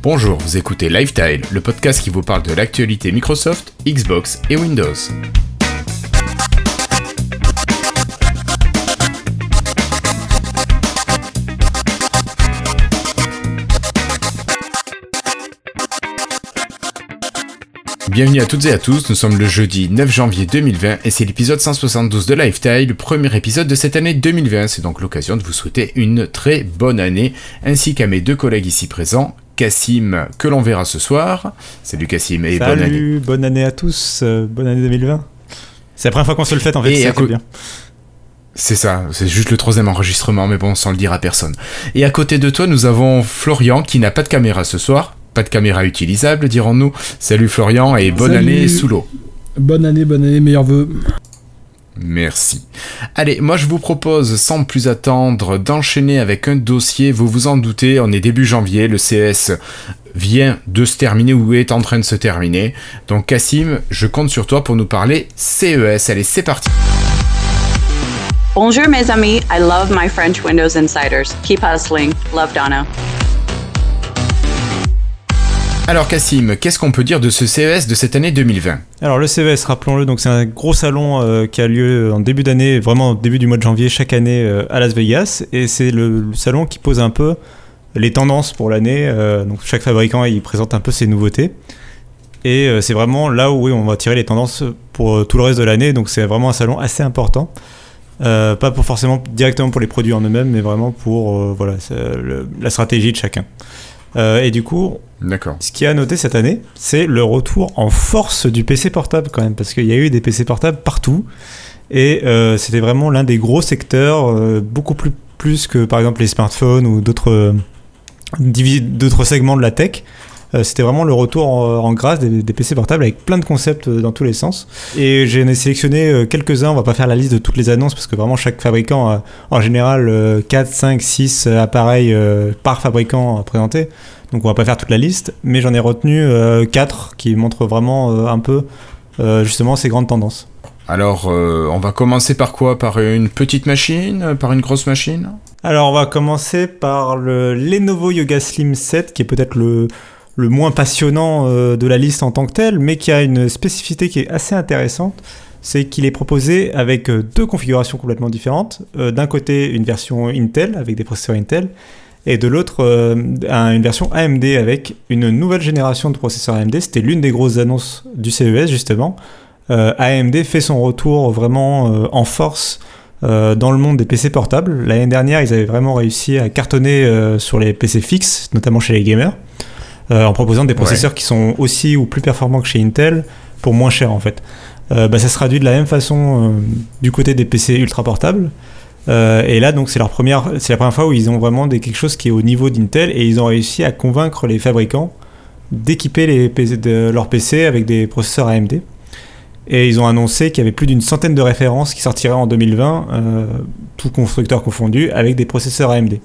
Bonjour, vous écoutez Lifetile, le podcast qui vous parle de l'actualité Microsoft, Xbox et Windows. Bienvenue à toutes et à tous, nous sommes le jeudi 9 janvier 2020 et c'est l'épisode 172 de Lifetile, le premier épisode de cette année 2020. C'est donc l'occasion de vous souhaiter une très bonne année, ainsi qu'à mes deux collègues ici présents, Cassim, que l'on verra ce soir. Salut Cassim et bonne année. Salut, bonne année à tous, bonne année 2020. C'est la première fois qu'on se le fête en fait, et c'est ça bien. C'est ça, c'est juste le troisième enregistrement, mais bon, sans le dire à personne. Et à côté de toi, nous avons Florian qui n'a pas de caméra ce soir. Pas de caméra utilisable, dirons-nous. Salut Florian et bonne année sous l'eau. Bonne année, meilleurs vœux. Merci. Allez, moi je vous propose, sans plus attendre, d'enchaîner avec un dossier. Vous vous en doutez, on est début janvier, le CES vient de se terminer ou est en train de se terminer. Donc Cassim, je compte sur toi pour nous parler CES. Allez, c'est parti. Bonjour mes amis, I love my French Windows Insiders. Keep hustling. Love Donna. Alors Cassim, qu'est-ce qu'on peut dire de ce CES de cette année 2020 ? Alors le CES, rappelons-le, donc c'est un gros salon qui a lieu en début d'année, vraiment au début du mois de janvier chaque année à Las Vegas, et c'est le salon qui pose un peu les tendances pour l'année. Donc chaque fabricant il présente un peu ses nouveautés, et c'est vraiment là où on va tirer les tendances pour tout le reste de l'année. Donc c'est vraiment un salon assez important. Pas pour forcément directement pour les produits en eux-mêmes, mais vraiment pour la stratégie de chacun. Et du coup, d'accord. Ce qu'il y a à noter cette année, c'est le retour en force du PC portable quand même, parce qu'il y a eu des PC portables partout, et c'était vraiment l'un des gros secteurs, beaucoup plus que par exemple les smartphones ou d'autres segments de la tech. C'était vraiment le retour en grâce des PC portables avec plein de concepts dans tous les sens. Et j'en ai sélectionné quelques-uns, on va pas faire la liste de toutes les annonces parce que vraiment chaque fabricant a en général 4, 5, 6 appareils par fabricant à présenter. Donc on va pas faire toute la liste, mais j'en ai retenu 4 qui montrent vraiment un peu justement ces grandes tendances. Alors, on va commencer par quoi ? Par une petite machine ? Par une grosse machine ? Alors on va commencer par le Lenovo Yoga Slim 7 qui est peut-être le moins passionnant de la liste en tant que tel, mais qui a une spécificité qui est assez intéressante, c'est qu'il est proposé avec deux configurations complètement différentes. D'un côté, une version Intel avec des processeurs Intel, et de l'autre, une version AMD avec une nouvelle génération de processeurs AMD. C'était l'une des grosses annonces du CES, justement. AMD fait son retour vraiment en force dans le monde des PC portables. L'année dernière, ils avaient vraiment réussi à cartonner sur les PC fixes, notamment chez les gamers. En proposant des processeurs qui sont aussi ou plus performants que chez Intel pour moins cher en fait. Ça se traduit de la même façon du côté des PC ultra portables. Et là donc c'est la première fois où ils ont vraiment quelque chose qui est au niveau d'Intel, et ils ont réussi à convaincre les fabricants d'équiper leurs PC avec des processeurs AMD. Et ils ont annoncé qu'il y avait plus d'une centaine de références qui sortiraient en 2020, tous constructeurs confondus, avec des processeurs AMD.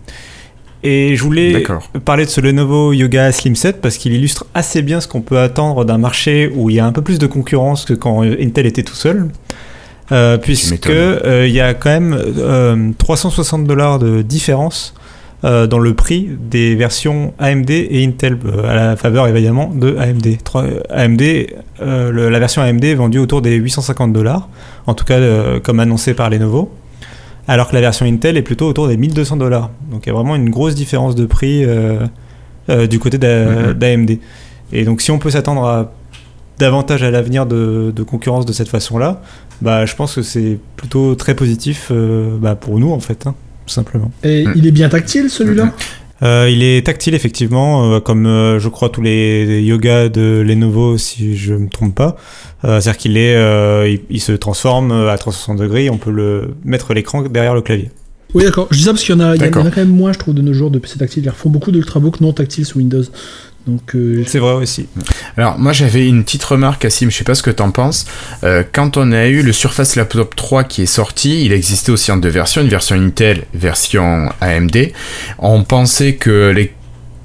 Et je voulais parler de ce Lenovo Yoga Slim 7 parce qu'il illustre assez bien ce qu'on peut attendre d'un marché où il y a un peu plus de concurrence que quand Intel était tout seul, puisque il y a quand même $360 de différence dans le prix des versions AMD et Intel, à la faveur évidemment de AMD. La version AMD est vendue autour des $850, en tout cas comme annoncé par Lenovo, alors que la version Intel est plutôt autour des $1,200. Donc il y a vraiment une grosse différence de prix du côté d'AMD. Et donc si on peut s'attendre davantage à l'avenir de concurrence de cette façon-là, je pense que c'est plutôt très positif pour nous en fait, tout simplement. Et il est bien tactile celui-là ? Il est tactile effectivement, comme je crois tous les Yoga de Lenovo si je me trompe pas. C'est-à-dire qu'il il se transforme à 360 degrés, on peut mettre l'écran derrière le clavier. Oui d'accord, je dis ça parce qu'il y en a quand même moins je trouve de nos jours de PC tactiles. Ils refont beaucoup d'ultrabooks non tactiles sous Windows. Donc, c'est vrai aussi. Alors moi j'avais une petite remarque, Cassim, je sais pas ce que t'en penses. Quand on a eu le Surface Laptop 3 qui est sorti, il existait aussi en deux versions, une version Intel, version AMD. On pensait que les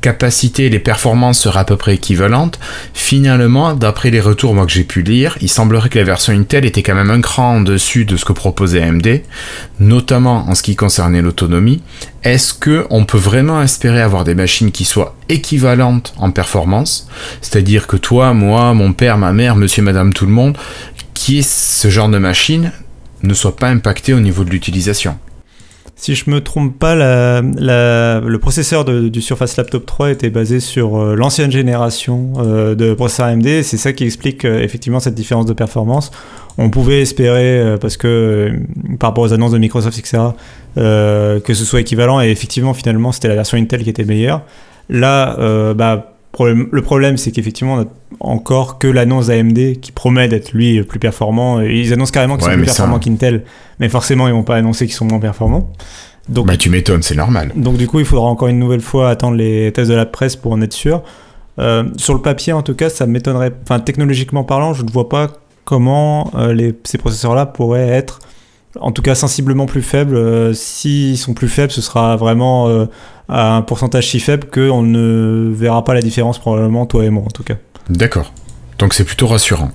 capacité et les performances seraient à peu près équivalentes. Finalement, d'après les retours moi, que j'ai pu lire, il semblerait que la version Intel était quand même un cran en dessus de ce que proposait AMD, notamment en ce qui concernait l'autonomie. Est-ce qu'on peut vraiment espérer avoir des machines qui soient équivalentes en performance ? C'est-à-dire que toi, moi, mon père, ma mère, monsieur, madame, tout le monde, qui est ce genre de machine, ne soit pas impacté au niveau de l'utilisation. Si je me trompe pas, le processeur du Surface Laptop 3 était basé sur l'ancienne génération de processeurs AMD. C'est ça qui explique effectivement cette différence de performance. On pouvait espérer, parce que par rapport aux annonces de Microsoft, etc., que ce soit équivalent. Et effectivement, finalement, c'était la version Intel qui était meilleure. Là, le problème, c'est qu'effectivement, on a encore que l'annonce d'AMD qui promet d'être, lui, plus performant. Ils annoncent carrément qu'ils sont plus performants qu'Intel, mais forcément, ils vont pas annoncer qu'ils sont moins performants. Donc, tu m'étonnes, c'est normal. Donc, du coup, il faudra encore une nouvelle fois attendre les tests de la presse pour en être sûr. Sur le papier, en tout cas, ça m'étonnerait. Enfin, technologiquement parlant, je ne vois pas comment ces processeurs-là pourraient être, en tout cas, sensiblement plus faibles. S'ils sont plus faibles, ce sera vraiment à un pourcentage si faible qu'on ne verra pas la différence, probablement, toi et moi, en tout cas. D'accord. Donc, c'est plutôt rassurant.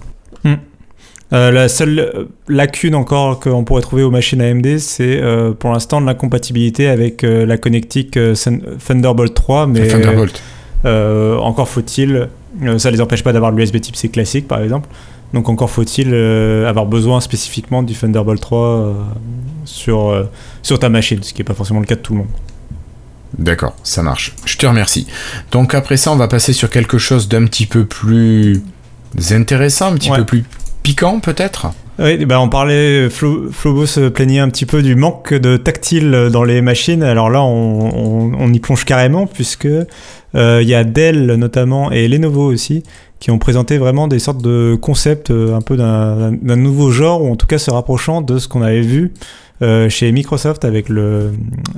La seule lacune encore qu'on pourrait trouver aux machines AMD, c'est pour l'instant de l'incompatibilité avec la connectique Thunderbolt 3, mais Thunderbolt. Encore faut-il, ça les empêche pas d'avoir l'USB type C classique par exemple, donc encore faut-il avoir besoin spécifiquement du Thunderbolt 3 sur ta machine, ce qui n'est pas forcément le cas de tout le monde. D'accord, ça marche. Je te remercie. Donc après ça, on va passer sur quelque chose d'un petit peu plus intéressant, un petit peu plus piquant peut-être. Oui, on parlait, Flobo se plaignait un petit peu du manque de tactile dans les machines. Alors là, on y plonge carrément, puisque y a Dell notamment et Lenovo aussi qui ont présenté vraiment des sortes de concepts un peu d'un nouveau genre, ou en tout cas se rapprochant de ce qu'on avait vu chez Microsoft avec le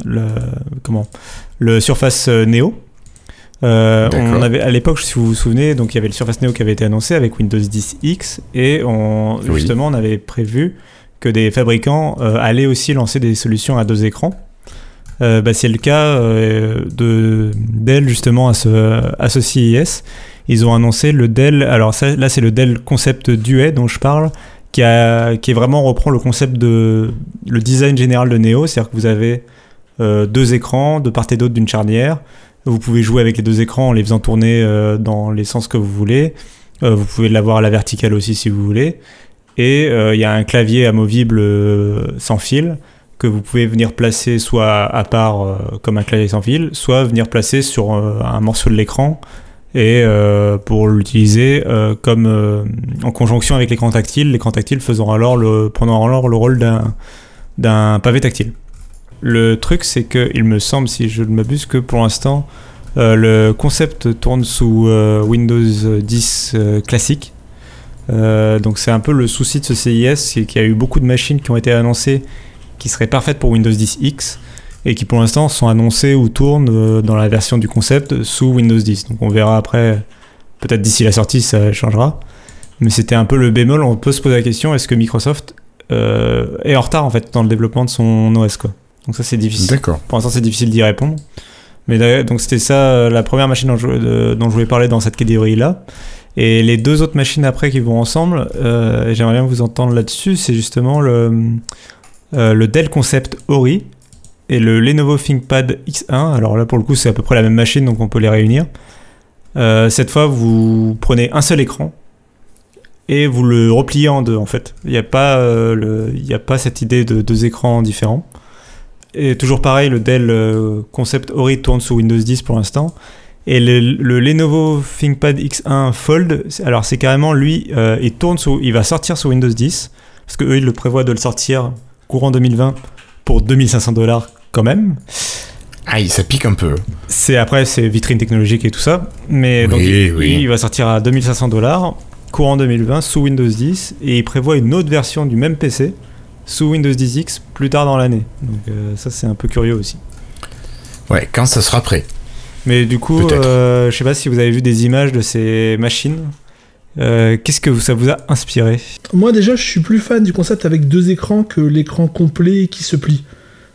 Surface Neo. On avait, à l'époque, si vous vous souvenez, donc il y avait le Surface Neo qui avait été annoncé avec Windows 10 X, et justement on avait prévu que des fabricants allaient aussi lancer des solutions à 2 écrans. C'est le cas de Dell justement à ce CES. Ils ont annoncé le Dell, alors là c'est le Dell Concept Duet dont je parle, qui est vraiment reprend le concept le design général de Neo, c'est-à-dire que vous avez 2 écrans de part et d'autre d'une charnière. Vous pouvez jouer avec les 2 écrans en les faisant tourner dans les sens que vous voulez. Vous pouvez l'avoir à la verticale aussi si vous voulez. Et il y a un clavier amovible sans fil que vous pouvez venir placer soit à part comme un clavier sans fil, soit venir placer sur un morceau de l'écran et pour l'utiliser comme en conjonction avec l'écran tactile. L'écran tactile prenant alors le rôle d'un pavé tactile. Le truc, c'est qu'il me semble, si je ne m'abuse, que pour l'instant, le concept tourne sous Windows 10 classique. Donc c'est un peu le souci de ce CES, c'est qu'il y a eu beaucoup de machines qui ont été annoncées qui seraient parfaites pour Windows 10 X et qui pour l'instant sont annoncées ou tournent dans la version du concept sous Windows 10. Donc on verra après, peut-être d'ici la sortie ça changera. Mais c'était un peu le bémol, on peut se poser la question, est-ce que Microsoft est en retard en fait dans le développement de son OS quoi. Donc ça c'est difficile. D'accord. Pour l'instant c'est difficile d'y répondre. Mais donc c'était ça la première machine dont je voulais parler dans cette catégorie-là. Et les 2 autres machines après qui vont ensemble, et j'aimerais bien vous entendre là-dessus, c'est justement le Dell Concept Ori et le Lenovo ThinkPad X1. Alors là pour le coup c'est à peu près la même machine donc on peut les réunir. Cette fois vous prenez un seul écran et vous le repliez en 2 en fait. Il n'y a pas cette idée de 2 écrans différents. Et toujours pareil, le Dell Concept Ori tourne sous Windows 10 pour l'instant. Et le Lenovo ThinkPad X1 Fold, alors c'est carrément lui, il va sortir sur Windows 10, parce qu'eux ils le prévoient de le sortir courant 2020 pour $2,500 quand même. Aïe, ça pique un peu. Après c'est vitrine technologique et tout ça, mais donc il va sortir à $2,500 courant 2020 sous Windows 10, et il prévoit une autre version du même PC sous Windows 10X plus tard dans l'année. Donc ça c'est un peu curieux aussi. Ouais, quand ça sera prêt. Mais du coup, je sais pas si vous avez vu des images de ces machines. Qu'est-ce que ça vous a inspiré ? Moi déjà, je suis plus fan du concept avec 2 écrans que l'écran complet qui se plie.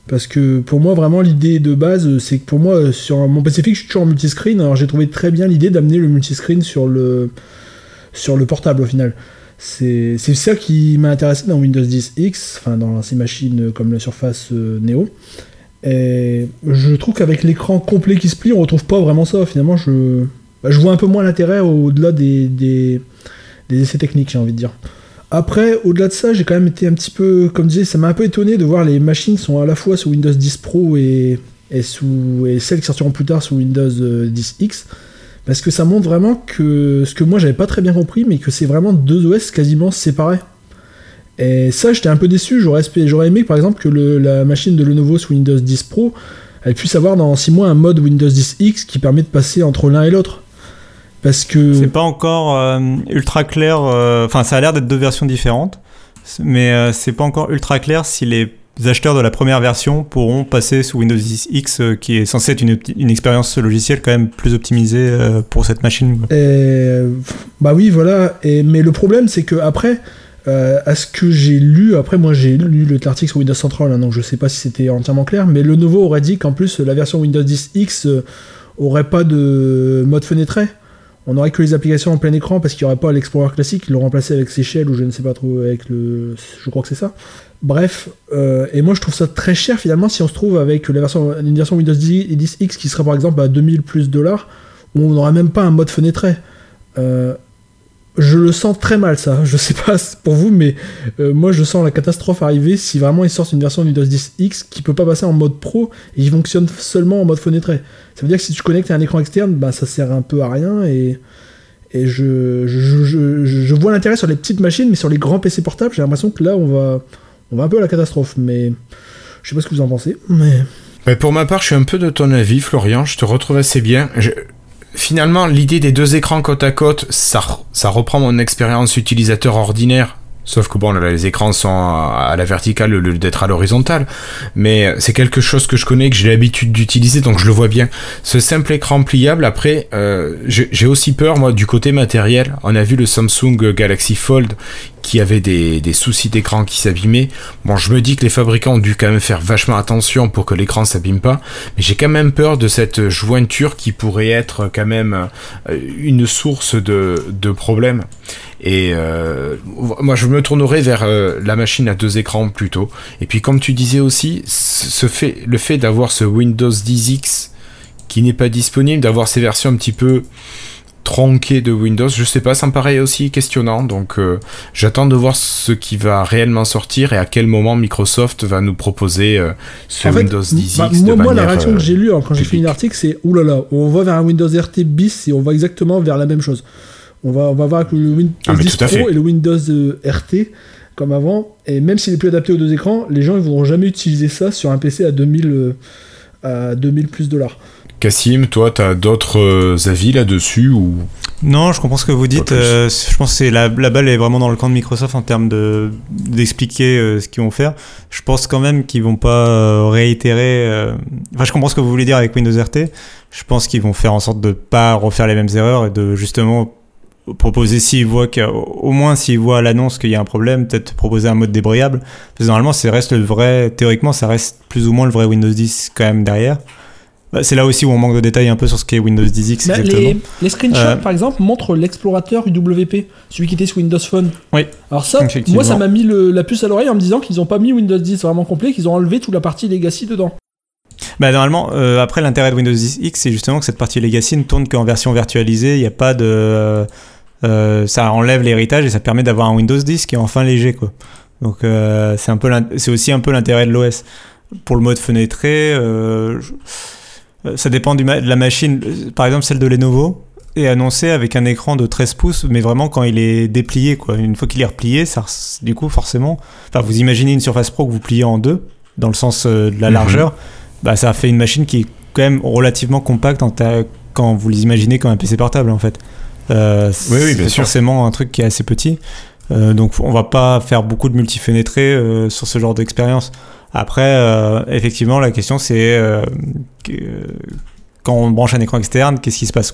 Parce que pour moi, vraiment, l'idée de base, c'est que pour moi, sur mon PC fixe, je suis toujours en multiscreen. Alors j'ai trouvé très bien l'idée d'amener le multiscreen sur le portable au final. C'est ça qui m'a intéressé dans Windows 10 X, enfin dans ces machines comme la Surface Neo. Et je trouve qu'avec l'écran complet qui se plie, on retrouve pas vraiment ça. Finalement, je vois un peu moins l'intérêt au-delà des essais techniques, j'ai envie de dire. Après, au-delà de ça, j'ai quand même été un petit peu, comme je disais, ça m'a un peu étonné de voir les machines sont à la fois sous Windows 10 Pro et celles qui sortiront plus tard sous Windows 10 X, parce que ça montre vraiment que ce que moi j'avais pas très bien compris, mais que c'est vraiment deux OS quasiment séparés. Et ça, j'étais un peu déçu. J'aurais aimé, par exemple, que la machine de Lenovo sous Windows 10 Pro, elle puisse avoir dans 6 mois un mode Windows 10 X qui permet de passer entre l'un et l'autre. Parce que c'est pas encore ultra clair, enfin ça a l'air d'être deux versions différentes, mais c'est pas encore ultra clair si les acheteurs de la première version pourront passer sous Windows 10 X, qui est censé être une expérience logicielle quand même plus optimisée pour cette machine. Bah oui, voilà. Mais le problème, c'est que après, à ce que j'ai lu, après moi j'ai lu l'article sur Windows Central, hein, donc je sais pas si c'était entièrement clair, mais Lenovo aurait dit qu'en plus la version Windows 10 X aurait pas de mode fenêtré. On n'aurait que les applications en plein écran parce qu'il n'y aurait pas l'Explorer classique, ils l'ont remplacé avec Seychelles ou je ne sais pas trop, je crois que c'est ça. Bref, et moi je trouve ça très cher finalement si on se trouve avec une version Windows 10 X qui serait par exemple à $2000+, où on n'aurait même pas un mode fenêtré. Je le sens très mal ça, je sais pas pour vous, mais moi je sens la catastrophe arriver si vraiment ils sortent une version Windows 10 X qui peut pas passer en mode pro et qui fonctionne seulement en mode fenêtré. Ça veut dire que si tu connectes à un écran externe, bah ça sert un peu à rien et je vois l'intérêt sur les petites machines, mais sur les grands PC portables, j'ai l'impression que là on va un peu à la catastrophe, mais je sais pas ce que vous en pensez. Mais pour ma part, je suis un peu de ton avis, Florian, je te retrouve assez bien. Finalement, l'idée des deux écrans côte à côte, ça reprend mon expérience utilisateur ordinaire. Sauf que bon, là, les écrans sont à la verticale au lieu d'être à l'horizontale. Mais c'est quelque chose que je connais, que j'ai l'habitude d'utiliser, donc je le vois bien. Ce simple écran pliable, après, j'ai aussi peur, moi, du côté matériel. On a vu le Samsung Galaxy Fold qui avait des soucis d'écran qui s'abîmaient. Bon, je me dis que les fabricants ont dû quand même faire vachement attention pour que l'écran s'abîme pas. Mais j'ai quand même peur de cette jointure qui pourrait être quand même une source de problèmes. Et moi je me tournerai vers la machine à deux écrans plutôt. Et puis comme tu disais aussi, le fait d'avoir ce Windows 10 X qui n'est pas disponible, d'avoir ces versions un petit peu tronquées de Windows, je sais pas, ça me paraît aussi questionnant. Donc j'attends de voir ce qui va réellement sortir et à quel moment Microsoft va nous proposer ce Windows 10 X. Moi la réaction que j'ai lue quand j'ai fini l'article, c'est oulala, on va vers un Windows RT bis et on va exactement vers la même chose. On va voir avec le Windows 10 Pro et le Windows RT comme avant, et même s'il est plus adapté aux deux écrans, les gens ne voudront jamais utiliser ça sur un PC à $2000+. Cassim, toi, t'as d'autres avis là-dessus ou... Non, je comprends ce que vous dites. Je pense que la balle est vraiment dans le camp de Microsoft en termes d'expliquer ce qu'ils vont faire. Je pense quand même qu'ils vont pas réitérer... Enfin, je comprends ce que vous voulez dire avec Windows RT. Je pense qu'ils vont faire en sorte de pas refaire les mêmes erreurs et de justement proposer, s'ils voient à l'annonce qu'il y a un problème, peut-être proposer un mode débrayable. Parce que normalement, théoriquement, ça reste plus ou moins le vrai Windows 10 quand même derrière. C'est là aussi où on manque de détails un peu sur ce qu'est Windows 10 X exactement. Les screenshots par exemple montrent l'explorateur UWP, celui qui était sur Windows Phone. Oui. Alors ça, moi ça m'a mis la puce à l'oreille en me disant qu'ils n'ont pas mis Windows 10 vraiment complet, qu'ils ont enlevé toute la partie Legacy dedans. Bah normalement, après l'intérêt de Windows 10 X, c'est justement que cette partie Legacy ne tourne qu'en version virtualisée. Il n'y a pas de, ça enlève l'héritage et ça permet d'avoir un Windows 10 qui est enfin léger quoi. Donc c'est aussi un peu l'intérêt de l'OS. Pour le mode fenêtré. Ça dépend de la machine. Par exemple, celle de Lenovo est annoncée avec un écran de 13 pouces, mais vraiment quand il est déplié, quoi. Une fois qu'il est replié, ça, du coup, forcément... Enfin, vous imaginez une Surface Pro que vous pliez en deux, dans le sens de la largeur, bah, ça fait une machine qui est quand même relativement compacte quand vous l'imaginez comme un PC portable, en fait. Oui, bien sûr. Forcément un truc qui est assez petit. Donc, on va pas faire beaucoup de multifenêtrés sur ce genre d'expérience. Après, effectivement, la question c'est quand on branche un écran externe, qu'est-ce qui se passe quoi ?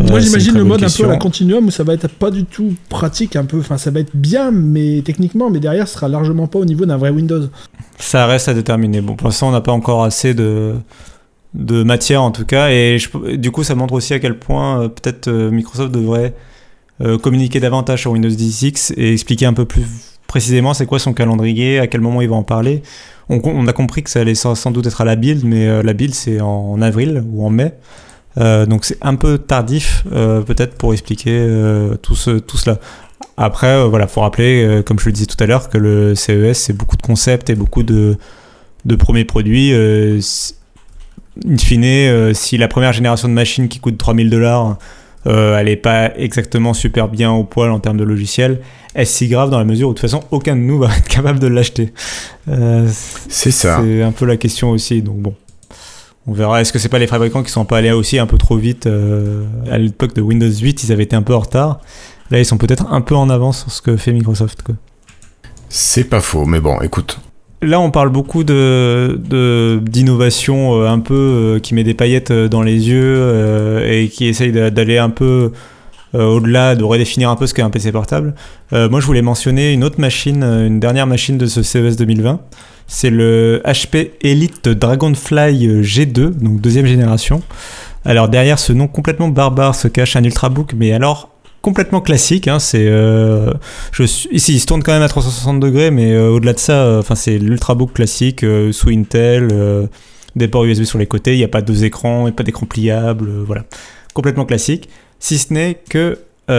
Moi c'est j'imagine une très le bonne mode question. un peu à la Continuum où ça va être pas du tout pratique un peu, enfin ça va être bien mais techniquement, mais derrière ce sera largement pas au niveau d'un vrai Windows. Ça reste à déterminer. Bon, pour l'instant, on n'a pas encore assez de matière en tout cas, et du coup, ça montre aussi à quel point peut-être Microsoft devrait communiquer davantage sur Windows 10 X et expliquer un peu plus précisément c'est quoi son calendrier, à quel moment il va en parler. On a compris que ça allait sans doute être à la build, mais la build c'est en avril ou en mai. Donc c'est un peu tardif peut-être pour expliquer tout cela. Après, voilà, faut rappeler, comme je le disais tout à l'heure, que le CES c'est beaucoup de concepts et beaucoup de premiers produits. In fine, si la première génération de machines qui coûte $3000, elle n'est pas exactement super bien au poil en termes de logiciel, est-ce si grave dans la mesure où de toute façon aucun de nous va être capable de l'acheter? C'est ça. C'est un peu la question aussi, donc bon. On verra. Est-ce que c'est pas les fabricants qui sont pas allés aussi un peu trop vite à l'époque de Windows 8, ils avaient été un peu en retard. Là, ils sont peut-être un peu en avance sur ce que fait Microsoft, quoi. C'est pas faux, mais bon, écoute. Là, on parle beaucoup d'innovation un peu qui met des paillettes dans les yeux et qui essaye d'aller un peu au-delà, de redéfinir un peu ce qu'est un PC portable. Moi, je voulais mentionner une autre machine, une dernière machine de ce CES 2020. C'est le HP Elite Dragonfly G2, donc deuxième génération. Alors derrière ce nom complètement barbare se cache un Ultrabook, mais alors complètement classique. Hein, ici, il se tourne quand même à 360 degrés, mais au-delà de ça, c'est l'Ultrabook classique sous Intel, des ports USB sur les côtés. Il n'y a pas deux écrans, et pas d'écran pliable, voilà, complètement classique. Si ce n'est que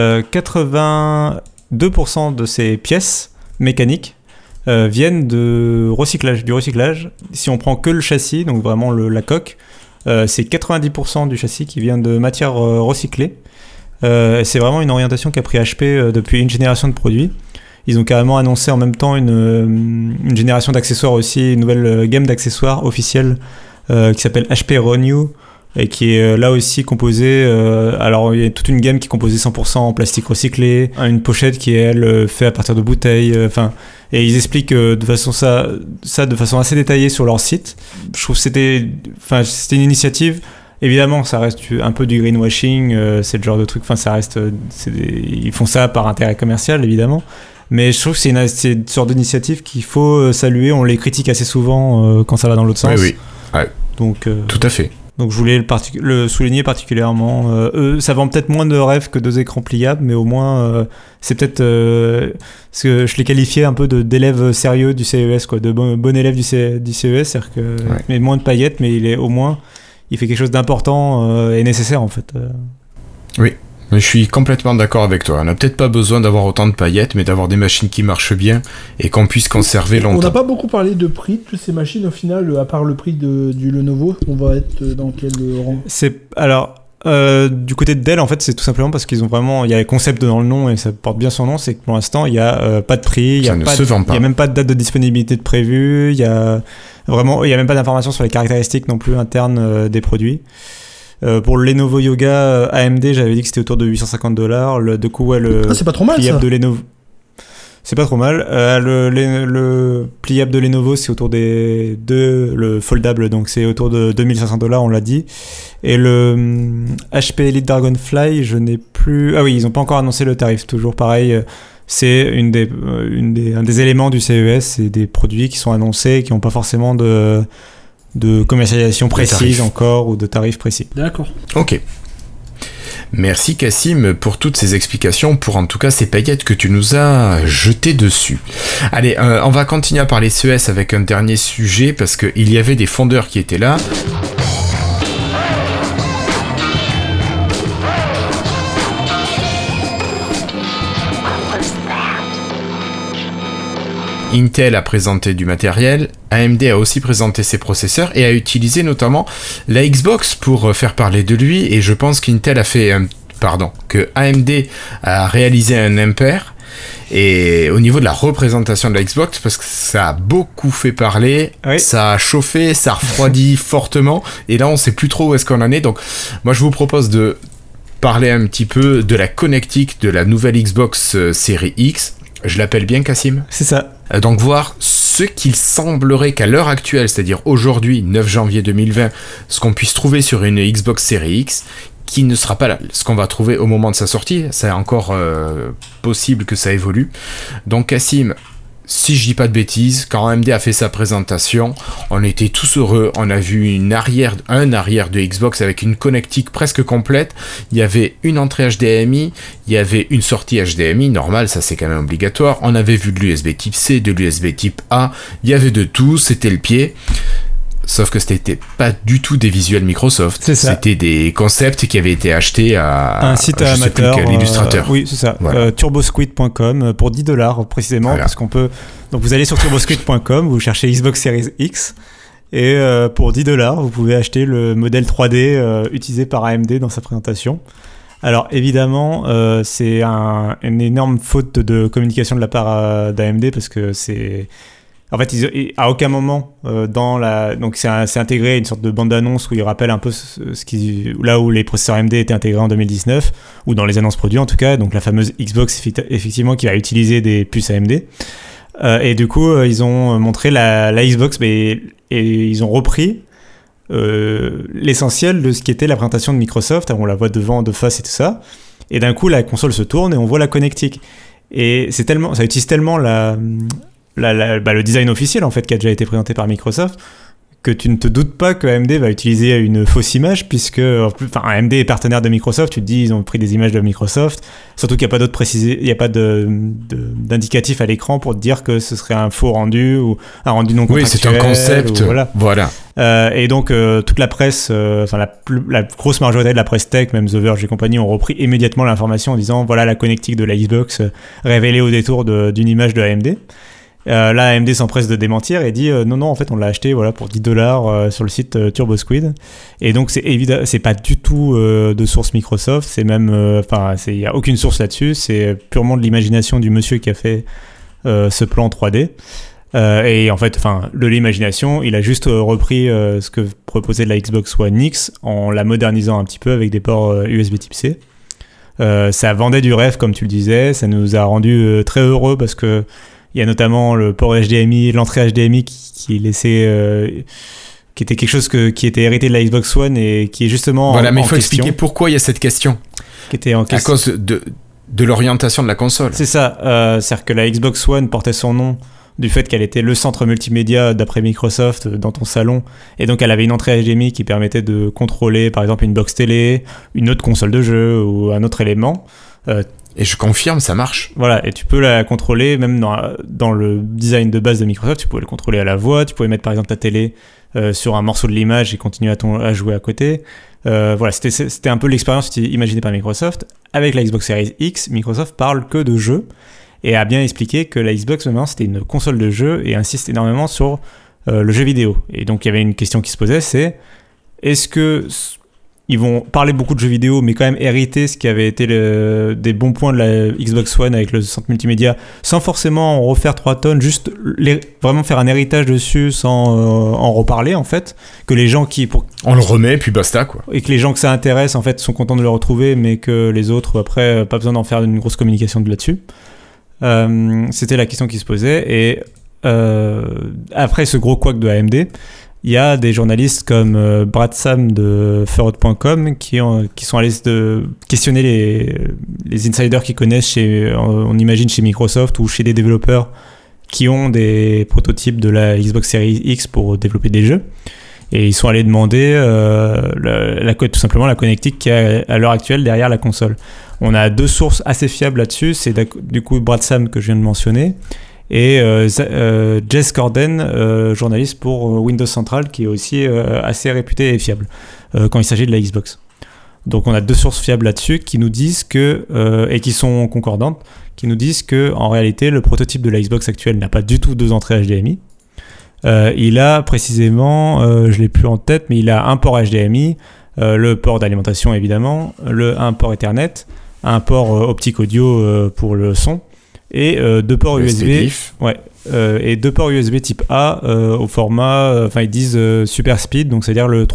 82% de ces pièces mécaniques viennent du recyclage. Si on prend que le châssis, donc vraiment la coque, c'est 90% du châssis qui vient de matière recyclée. C'est vraiment une orientation qu'a pris HP depuis une génération de produits. Ils ont carrément annoncé en même temps une génération d'accessoires aussi, une nouvelle gamme d'accessoires officielle qui s'appelle HP Renew et qui est là aussi composée, alors il y a toute une gamme qui est composée 100% en plastique recyclé, une pochette qui est elle faite à partir de bouteilles, et ils expliquent de façon de façon assez détaillée sur leur site. Je trouve que c'était une initiative. Évidemment, ça reste un peu du greenwashing, c'est le genre de truc, ça reste, ils font ça par intérêt commercial évidemment, mais je trouve que c'est une sorte d'initiative qu'il faut saluer. On les critique assez souvent quand ça va dans l'autre sens. Oui. Ouais. Donc, tout à fait. Donc je voulais le souligner particulièrement. Ça vend peut-être moins de rêves que deux écrans pliables, mais au moins c'est peut-être parce que je l'ai qualifié un peu d'élève sérieux du CES, quoi, de bon élève du CES, c'est-à-dire que il met moins de paillettes, mais il fait quelque chose d'important et nécessaire en fait. Oui. Je suis complètement d'accord avec toi. On n'a peut-être pas besoin d'avoir autant de paillettes, mais d'avoir des machines qui marchent bien et qu'on puisse conserver longtemps. On n'a pas beaucoup parlé de prix de toutes ces machines au final, à part le prix du Lenovo. On va être dans quel rang? Du côté de Dell, en fait, c'est tout simplement parce qu'ils ont vraiment, il y a le concept dans le nom et ça porte bien son nom, c'est que pour l'instant, il y a pas de prix, il y a même pas de date de disponibilité de prévue, il y a même pas d'informations sur les caractéristiques non plus internes des produits. Pour le Lenovo Yoga AMD, j'avais dit que c'était autour de $850. De coup, c'est pas trop mal, pliable ça. de Lenovo. C'est pas trop mal. Le pliable de Lenovo, c'est autour le foldable, donc c'est autour de $2500, on l'a dit. Et le HP Elite Dragonfly, je n'ai plus. Ah oui, ils n'ont pas encore annoncé le tarif. Toujours pareil. C'est un des éléments du CES, c'est des produits qui sont annoncés, qui n'ont pas forcément de commercialisation précise encore ou de tarifs précis. D'accord. Ok. Merci Cassim pour toutes ces explications, pour en tout cas ces paillettes que tu nous as jetées dessus. Allez, on va continuer à parler CES avec un dernier sujet parce qu'il y avait des fondeurs qui étaient là. Intel a présenté du matériel, AMD a aussi présenté ses processeurs et a utilisé notamment la Xbox pour faire parler de lui, et je pense qu'Intel a fait que AMD a réalisé un impair et au niveau de la représentation de la Xbox, parce que ça a beaucoup fait parler, oui. Ça a chauffé, ça a refroidi fortement, et là on sait plus trop où est-ce qu'on en est. Donc moi je vous propose de parler un petit peu de la connectique de la nouvelle Xbox série X. Je l'appelle bien, Cassim ? C'est ça. Donc voir ce qu'il semblerait qu'à l'heure actuelle, c'est-à-dire aujourd'hui, 9 janvier 2020, ce qu'on puisse trouver sur une Xbox Series X, qui ne sera pas ce qu'on va trouver au moment de sa sortie. C'est encore possible que ça évolue. Donc Cassim, si je dis pas de bêtises, quand AMD a fait sa présentation, on était tous heureux. On a vu un arrière de Xbox avec une connectique presque complète. Il y avait une entrée HDMI, il y avait une sortie HDMI normale, ça c'est quand même obligatoire. On avait vu de l'USB type C, de l'USB type A, il y avait de tout, c'était le pied. Sauf que c'était pas du tout des visuels Microsoft. C'est ça. C'était des concepts qui avaient été achetés à un site amateur. Illustrateur. Oui, c'est ça. Voilà. Turbosquid.com pour $10 précisément, voilà. Parce qu'on peut. Donc vous allez sur turbosquid.com, vous cherchez Xbox Series X, et pour $10, vous pouvez acheter le modèle 3D utilisé par AMD dans sa présentation. Alors évidemment, c'est une énorme faute de communication de la part d'AMD, parce que c'est. En fait, à aucun moment donc c'est intégré une sorte de bande-annonce où il rappelle un peu là où les processeurs AMD étaient intégrés en 2019, ou dans les annonces produits en tout cas, donc la fameuse Xbox effectivement qui va utiliser des puces AMD. Et du coup, ils ont montré la Xbox, et ils ont repris l'essentiel de ce qui était la présentation de Microsoft. On la voit devant, de face et tout ça. Et d'un coup, la console se tourne et on voit la connectique. Et ça utilise tellement le design officiel en fait qui a déjà été présenté par Microsoft, que tu ne te doutes pas que AMD va utiliser une fausse image, puisque AMD est partenaire de Microsoft. Tu te dis ils ont pris des images de Microsoft, surtout qu'il n'y a pas d'autres précisés, il n'y a pas d'indicatif à l'écran pour te dire que ce serait un faux rendu ou un rendu non contractuel. Oui, c'est un concept. Voilà. Et donc toute la presse, la grosse majorité de la presse tech, même The Verge et compagnie, ont repris immédiatement l'information en disant voilà la connectique de la Xbox révélée au détour d'une image de AMD. Là, AMD s'empresse de démentir et dit non, en fait, on l'a acheté pour $10 sur le site TurboSquid. Et donc, c'est pas du tout de source Microsoft. C'est même, il y a aucune source là-dessus. C'est purement de l'imagination du monsieur qui a fait ce plan 3D. Et en fait, de l'imagination, il a juste repris ce que proposait la Xbox One X en la modernisant un petit peu avec des ports USB Type C. Ça vendait du rêve, comme tu le disais. Ça nous a rendu très heureux parce que il y a notamment le port HDMI, l'entrée HDMI qui laissait, qui était quelque chose qui était hérité de la Xbox One et qui est justement voilà, mais il faut question. Expliquer pourquoi il y a cette question. Qui était en question. À cause de l'orientation de la console. C'est ça. C'est-à-dire que la Xbox One portait son nom du fait qu'elle était le centre multimédia d'après Microsoft dans ton salon, et donc elle avait une entrée HDMI qui permettait de contrôler par exemple une box télé, une autre console de jeu ou un autre élément. Et je confirme, ça marche. Voilà, et tu peux la contrôler même dans le design de base de Microsoft. Tu pouvais le contrôler à la voix, tu pouvais mettre par exemple ta télé sur un morceau de l'image et continuer à jouer à côté. Voilà, c'était un peu l'expérience imaginée par Microsoft. Avec la Xbox Series X, Microsoft parle que de jeux et a bien expliqué que la Xbox maintenant c'était une console de jeu et insiste énormément sur le jeu vidéo. Et donc il y avait une question qui se posait, c'est est-ce que ils vont parler beaucoup de jeux vidéo, mais quand même hériter ce qui avait été des bons points de la Xbox One avec le centre multimédia, sans forcément en refaire 3 tonnes, juste vraiment faire un héritage dessus sans en reparler en fait, que les gens on le remet puis basta quoi. Et que les gens que ça intéresse en fait sont contents de le retrouver, mais que les autres après pas besoin d'en faire une grosse communication là-dessus. C'était la question qui se posait, et après ce gros couac de AMD, il y a des journalistes comme Brad Sam de Ferrot.com qui sont allés questionner les insiders qui connaissent on imagine chez Microsoft ou chez des développeurs qui ont des prototypes de la Xbox Series X pour développer des jeux. Et ils sont allés demander tout simplement la connectique qu'il y a à l'heure actuelle derrière la console. On a 2 sources assez fiables là-dessus. C'est du coup Brad Sam que je viens de mentionner, et Jez Corden, journaliste pour Windows Central, qui est aussi assez réputé et fiable quand il s'agit de la Xbox. Donc on a 2 sources fiables là-dessus qui nous disent et qui sont concordantes, qui nous disent que en réalité le prototype de la Xbox actuelle n'a pas du tout 2 entrées HDMI. Il a précisément, je l'ai plus en tête, mais il a un port HDMI, le port d'alimentation évidemment, un port Ethernet, un port optique audio pour le son, et 2 ports USB, et 2 ports USB type A au format, ils disent super speed, donc c'est-à-dire le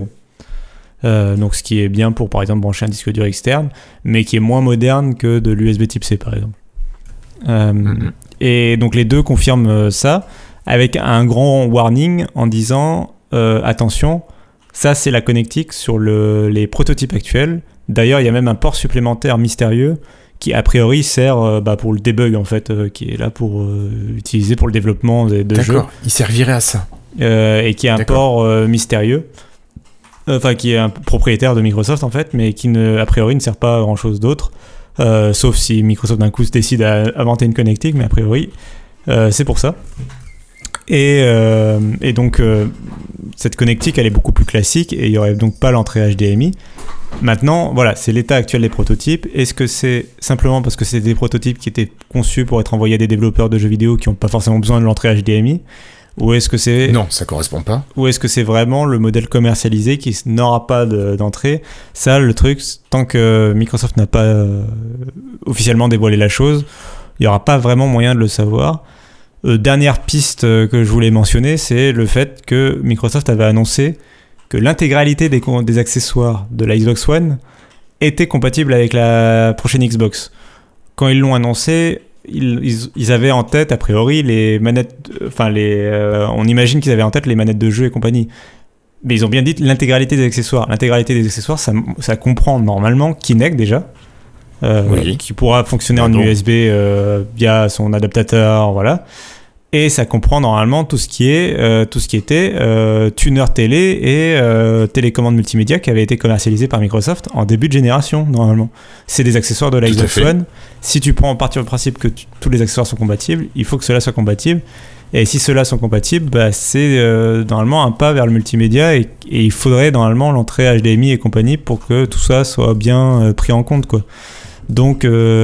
3.0. Donc ce qui est bien pour par exemple brancher un disque dur externe, mais qui est moins moderne que de l'USB type C par exemple. Et donc les deux confirment ça, avec un grand warning en disant attention, Ça, c'est la connectique sur les prototypes actuels. D'ailleurs, il y a même un port supplémentaire mystérieux qui, a priori, sert pour le debug, en fait, qui est là pour utiliser pour le développement de jeux. D'accord, il servirait à ça. Et qui est un port mystérieux. Enfin, qui est un propriétaire de Microsoft, en fait, mais qui, a priori, ne sert pas à grand-chose d'autre. Sauf si Microsoft, d'un coup, décide à inventer une connectique, mais a priori, c'est pour ça. Et donc, cette connectique, elle est beaucoup plus classique et il n'y aurait donc pas l'entrée HDMI. Maintenant, voilà, c'est l'état actuel des prototypes. Est-ce que c'est simplement parce que c'est des prototypes qui étaient conçus pour être envoyés à des développeurs de jeux vidéo qui n'ont pas forcément besoin de l'entrée HDMI ? Ou est-ce que c'est... Non, ça correspond pas. Ou est-ce que c'est vraiment le modèle commercialisé qui n'aura pas d'entrée ? Ça, le truc, tant que Microsoft n'a pas officiellement dévoilé la chose, il n'y aura pas vraiment moyen de le savoir. Dernière piste que je voulais mentionner, c'est le fait que Microsoft avait annoncé que l'intégralité des accessoires de la Xbox One était compatible avec la prochaine Xbox. Quand ils l'ont annoncé, ils avaient en tête, a priori, les manettes... on imagine qu'ils avaient en tête les manettes de jeu et compagnie. Mais ils ont bien dit l'intégralité des accessoires. L'intégralité des accessoires, ça comprend normalement Kinect déjà, oui. qui pourra fonctionner en USB via son adaptateur, voilà. Et ça comprend normalement tout ce qui était tuner télé et télécommande multimédia qui avait été commercialisé par Microsoft en début de génération, normalement. C'est des accessoires de la Xbox One. Si tu prends en partie le principe que tous les accessoires sont compatibles, il faut que ceux-là soient compatibles. Et si ceux-là sont compatibles, c'est normalement un pas vers le multimédia et il faudrait normalement l'entrée HDMI et compagnie pour que tout ça soit bien pris en compte, quoi. Donc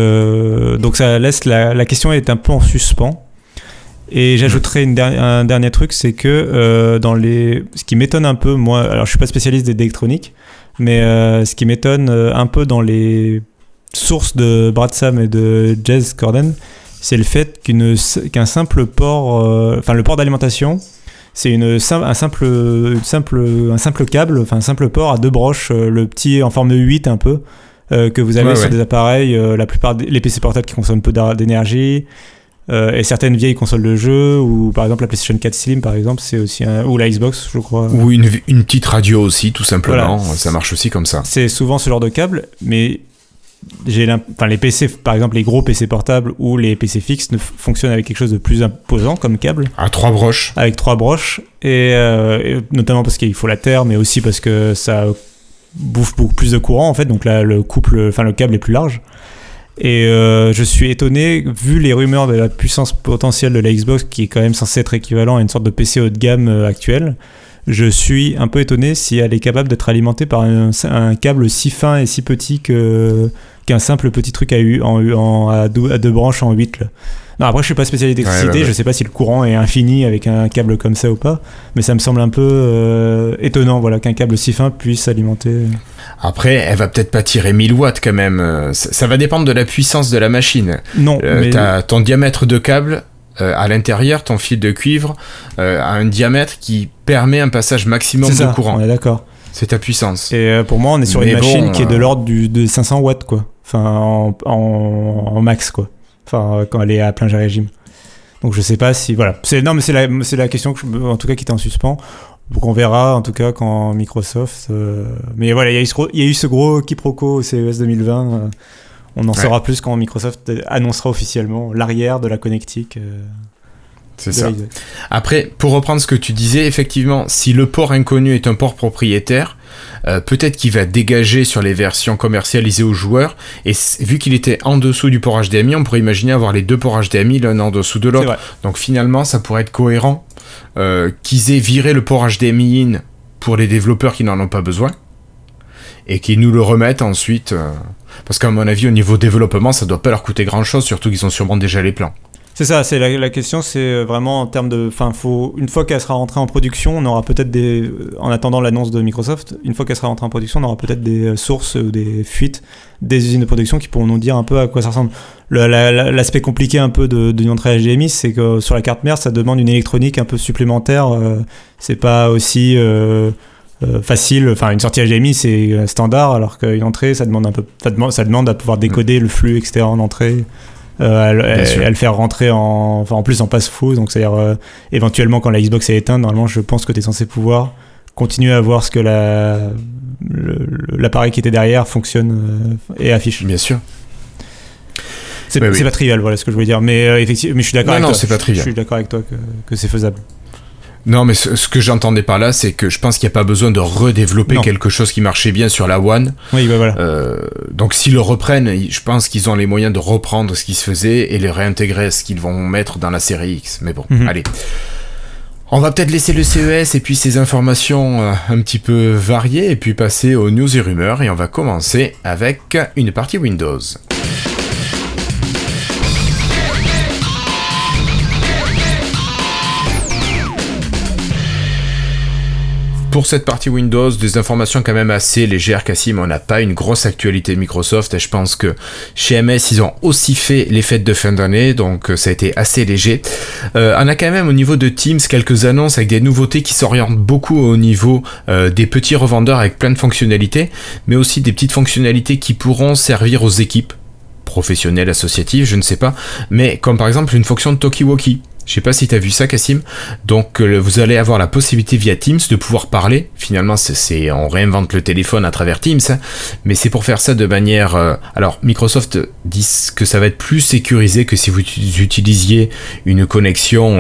ça laisse la question est un peu en suspens. Et j'ajouterais un dernier truc, c'est que ce qui m'étonne un peu, moi, alors je suis pas spécialiste d'électronique, mais ce qui m'étonne un peu dans les sources de Brad Sam et de Jez Corden, c'est le fait qu'un simple port, le port d'alimentation, c'est un simple câble, enfin un simple port à deux broches, le petit en forme de 8 un peu, que vous avez sur des appareils, la plupart des PC portables qui consomment peu d'énergie. Et certaines vieilles consoles de jeux, ou par exemple la PlayStation 4 Slim par exemple, c'est aussi ou la Xbox je crois, ou une petite radio aussi tout simplement, voilà. Ça marche aussi comme ça, c'est souvent ce genre de câble. Mais les PC par exemple, les gros PC portables ou les PC fixes ne fonctionnent avec quelque chose de plus imposant comme câble avec 3 broches et notamment parce qu'il faut la terre, mais aussi parce que ça bouffe beaucoup plus de courant en fait, donc là le câble est plus large. Et je suis étonné, vu les rumeurs de la puissance potentielle de la Xbox qui est quand même censée être équivalent à une sorte de PC haut de gamme actuel. Je suis un peu étonné si elle est capable d'être alimentée par un câble si fin et si petit qu'un simple petit truc à deux branches en 8 là. Non, après je suis pas spécialiste d'électricité, je sais pas si le courant est infini avec un câble comme ça ou pas, mais ça me semble un peu étonnant, voilà, qu'un câble si fin puisse alimenter. Après, elle va peut-être pas tirer 1000 watts quand même, ça va dépendre de la puissance de la machine. Non, mais... T'as ton diamètre de câble à l'intérieur, ton fil de cuivre a un diamètre qui permet un passage maximum de courant. On est d'accord. C'est ta puissance. Et pour moi, on est sur une machine qui est de l'ordre de 500 watts, quoi. Enfin, en max, quoi. Enfin, quand elle est à plein régime. Donc je sais pas si... Voilà. C'est la question en tout cas qui était en suspens. Donc on verra en tout cas quand Microsoft... Mais voilà, il y a eu ce gros quiproquo au CES 2020. On en saura plus quand Microsoft annoncera officiellement l'arrière de la connectique. C'est ça. Après, pour reprendre ce que tu disais, effectivement, si le port inconnu est un port propriétaire, peut-être qu'il va dégager sur les versions commercialisées aux joueurs, et vu qu'il était en dessous du port HDMI, on pourrait imaginer avoir les deux ports HDMI l'un en dessous de l'autre. Donc finalement, ça pourrait être cohérent qu'ils aient viré le port HDMI in pour les développeurs qui n'en ont pas besoin, et qu'ils nous le remettent ensuite, parce qu'à mon avis, au niveau développement, ça doit pas leur coûter grand-chose, surtout qu'ils ont sûrement déjà les plans. C'est ça, c'est la question, c'est vraiment en termes de... une fois qu'elle sera rentrée en production, on aura peut-être en attendant l'annonce de Microsoft, une fois qu'elle sera rentrée en production, on aura peut-être des sources ou des fuites des usines de production qui pourront nous dire un peu à quoi ça ressemble. L'aspect compliqué un peu d'une entrée HDMI, c'est que sur la carte mère, ça demande une électronique un peu supplémentaire. C'est pas aussi... facile, enfin une sortie HDMI c'est standard, alors qu'une entrée ça demande à pouvoir décoder le flux externe en entrée, à le faire rentrer en plus en passe-faux, donc c'est-à-dire éventuellement quand la Xbox est éteinte, normalement je pense que tu es censé pouvoir continuer à voir ce que l'appareil qui était derrière fonctionne et affiche. Bien sûr. C'est pas trivial, voilà ce que je voulais dire. Mais effectivement, je suis d'accord avec toi. Non, c'est pas trivial. Je suis d'accord avec toi que c'est faisable. Non, mais ce que j'entendais par là, c'est que je pense qu'il n'y a pas besoin de redévelopper quelque chose qui marchait bien sur la One. Oui, bah voilà. Donc s'ils le reprennent, je pense qu'ils ont les moyens de reprendre ce qui se faisait et les réintégrer à ce qu'ils vont mettre dans la série X. Mais bon, allez. On va peut-être laisser le CES et puis ces informations un petit peu variées et puis passer aux news et rumeurs. Et on va commencer avec une partie Windows. Pour cette partie Windows, des informations quand même assez légères, Cassim. On n'a pas une grosse actualité de Microsoft et je pense que chez MS, ils ont aussi fait les fêtes de fin d'année, donc ça a été assez léger. On a quand même au niveau de Teams quelques annonces avec des nouveautés qui s'orientent beaucoup au niveau des petits revendeurs avec plein de fonctionnalités, mais aussi des petites fonctionnalités qui pourront servir aux équipes professionnelles, associatives, je ne sais pas, mais comme par exemple une fonction de Talkie-Walkie. Je sais pas si tu as vu ça, Cassim. Donc vous allez avoir la possibilité via Teams de pouvoir parler. Finalement, on réinvente le téléphone à travers Teams, hein, mais c'est pour faire ça de manière... Alors, Microsoft dit que ça va être plus sécurisé que si vous utilisiez une connexion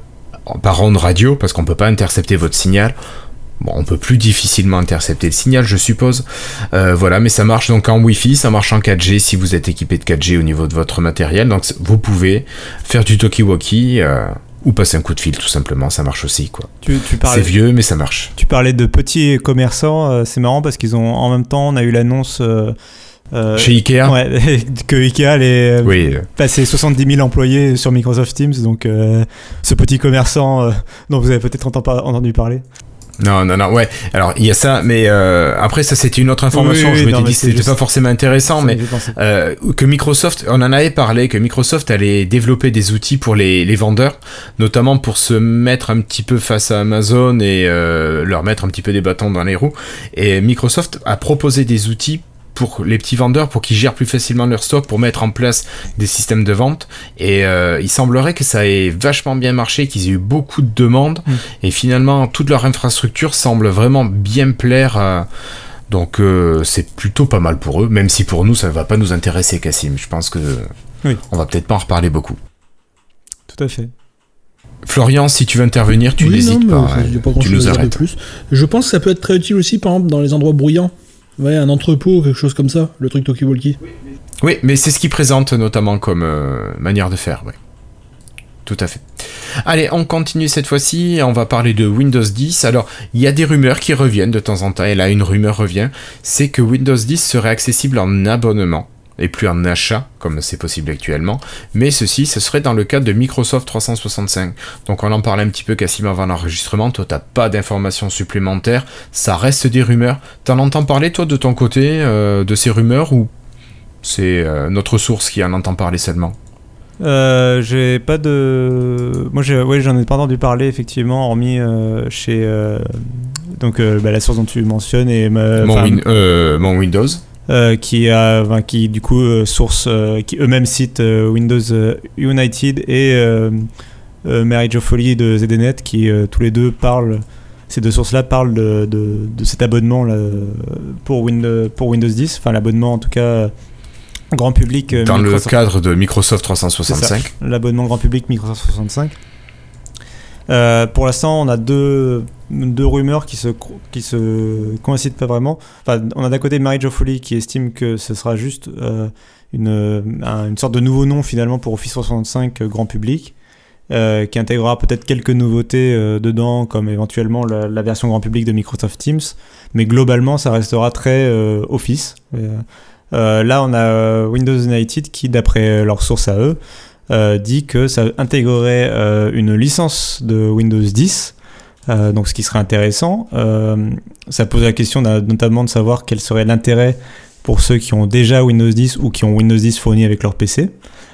par onde radio, parce qu'on peut pas intercepter votre signal. Bon, on peut plus difficilement intercepter le signal, je suppose. Voilà, mais ça marche donc en Wi-Fi, ça marche en 4G si vous êtes équipé de 4G au niveau de votre matériel. Donc vous pouvez faire du talkie-walkie ou passer un coup de fil tout simplement, ça marche aussi quoi. C'est vieux mais ça marche. Tu parlais de petits commerçants, c'est marrant parce qu'ils ont en même temps, on a eu l'annonce chez Ikea. Ouais, que Ikea allait passer 70 000 employés sur Microsoft Teams, donc ce petit commerçant dont vous avez peut-être entendu parler. Non, ouais. Alors, il y a ça, mais après, ça, c'était une autre information. Je m'étais dit que c'était pas forcément intéressant, mais que Microsoft, on en avait parlé, que Microsoft allait développer des outils pour les vendeurs, notamment pour se mettre un petit peu face à Amazon et leur mettre un petit peu des bâtons dans les roues. Et Microsoft a proposé des outils pour les petits vendeurs, pour qu'ils gèrent plus facilement leur stock, pour mettre en place des systèmes de vente. Et il semblerait que ça ait vachement bien marché, qu'ils aient eu beaucoup de demandes. Et finalement, toute leur infrastructure semble vraiment bien plaire. Donc c'est plutôt pas mal pour eux, même si pour nous, ça ne va pas nous intéresser, Cassim. Je pense que on va peut-être pas en reparler beaucoup. Tout à fait. Florian, si tu veux intervenir, tu n'hésites pas. Tu nous arrêtes. Plus. Je pense que ça peut être très utile aussi, par exemple, dans les endroits bruyants. Ouais, un entrepôt, quelque chose comme ça, le truc talkie-walkie. Oui, mais c'est ce qu'ils présentent notamment comme manière de faire, ouais. Tout à fait. Allez, on continue cette fois-ci, on va parler de Windows 10. Alors, il y a des rumeurs qui reviennent de temps en temps, et là, une rumeur revient, c'est que Windows 10 serait accessible en abonnement, et plus en achat, comme c'est possible actuellement, mais ce serait dans le cadre de Microsoft 365. Donc on en parlait un petit peu, Cassim, avant l'enregistrement. Toi, t'as pas d'informations supplémentaires, ça reste des rumeurs. T'en entends parler, toi, de ton côté, de ces rumeurs, ou c'est notre source qui en entend parler seulement? J'ai pas de... Moi, j'en ai pas entendu parler, effectivement, hormis chez... la source dont tu mentionnes et... mon Windows qui du coup qui eux-mêmes citent Windows United et Marriage of Folly de ZDNet qui tous les deux parlent, ces deux sources-là parlent de cet abonnement là, pour Windows 10, enfin l'abonnement en tout cas grand public dans le cadre de Microsoft 365. C'est ça, l'abonnement grand public Microsoft 365. Pour l'instant, on a deux rumeurs qui se coïncident pas vraiment. Enfin, on a d'un côté Marriage of Folly qui estime que ce sera juste une sorte de nouveau nom finalement pour Office 365 grand public, qui intégrera peut-être quelques nouveautés dedans, comme éventuellement la version grand public de Microsoft Teams, mais globalement, ça restera très Office. Là, on a Windows United qui, d'après leurs sources à eux, dit que ça intégrerait une licence de Windows 10, donc ce qui serait intéressant. Ça pose la question notamment de savoir quel serait l'intérêt pour ceux qui ont déjà Windows 10 ou qui ont Windows 10 fourni avec leur PC,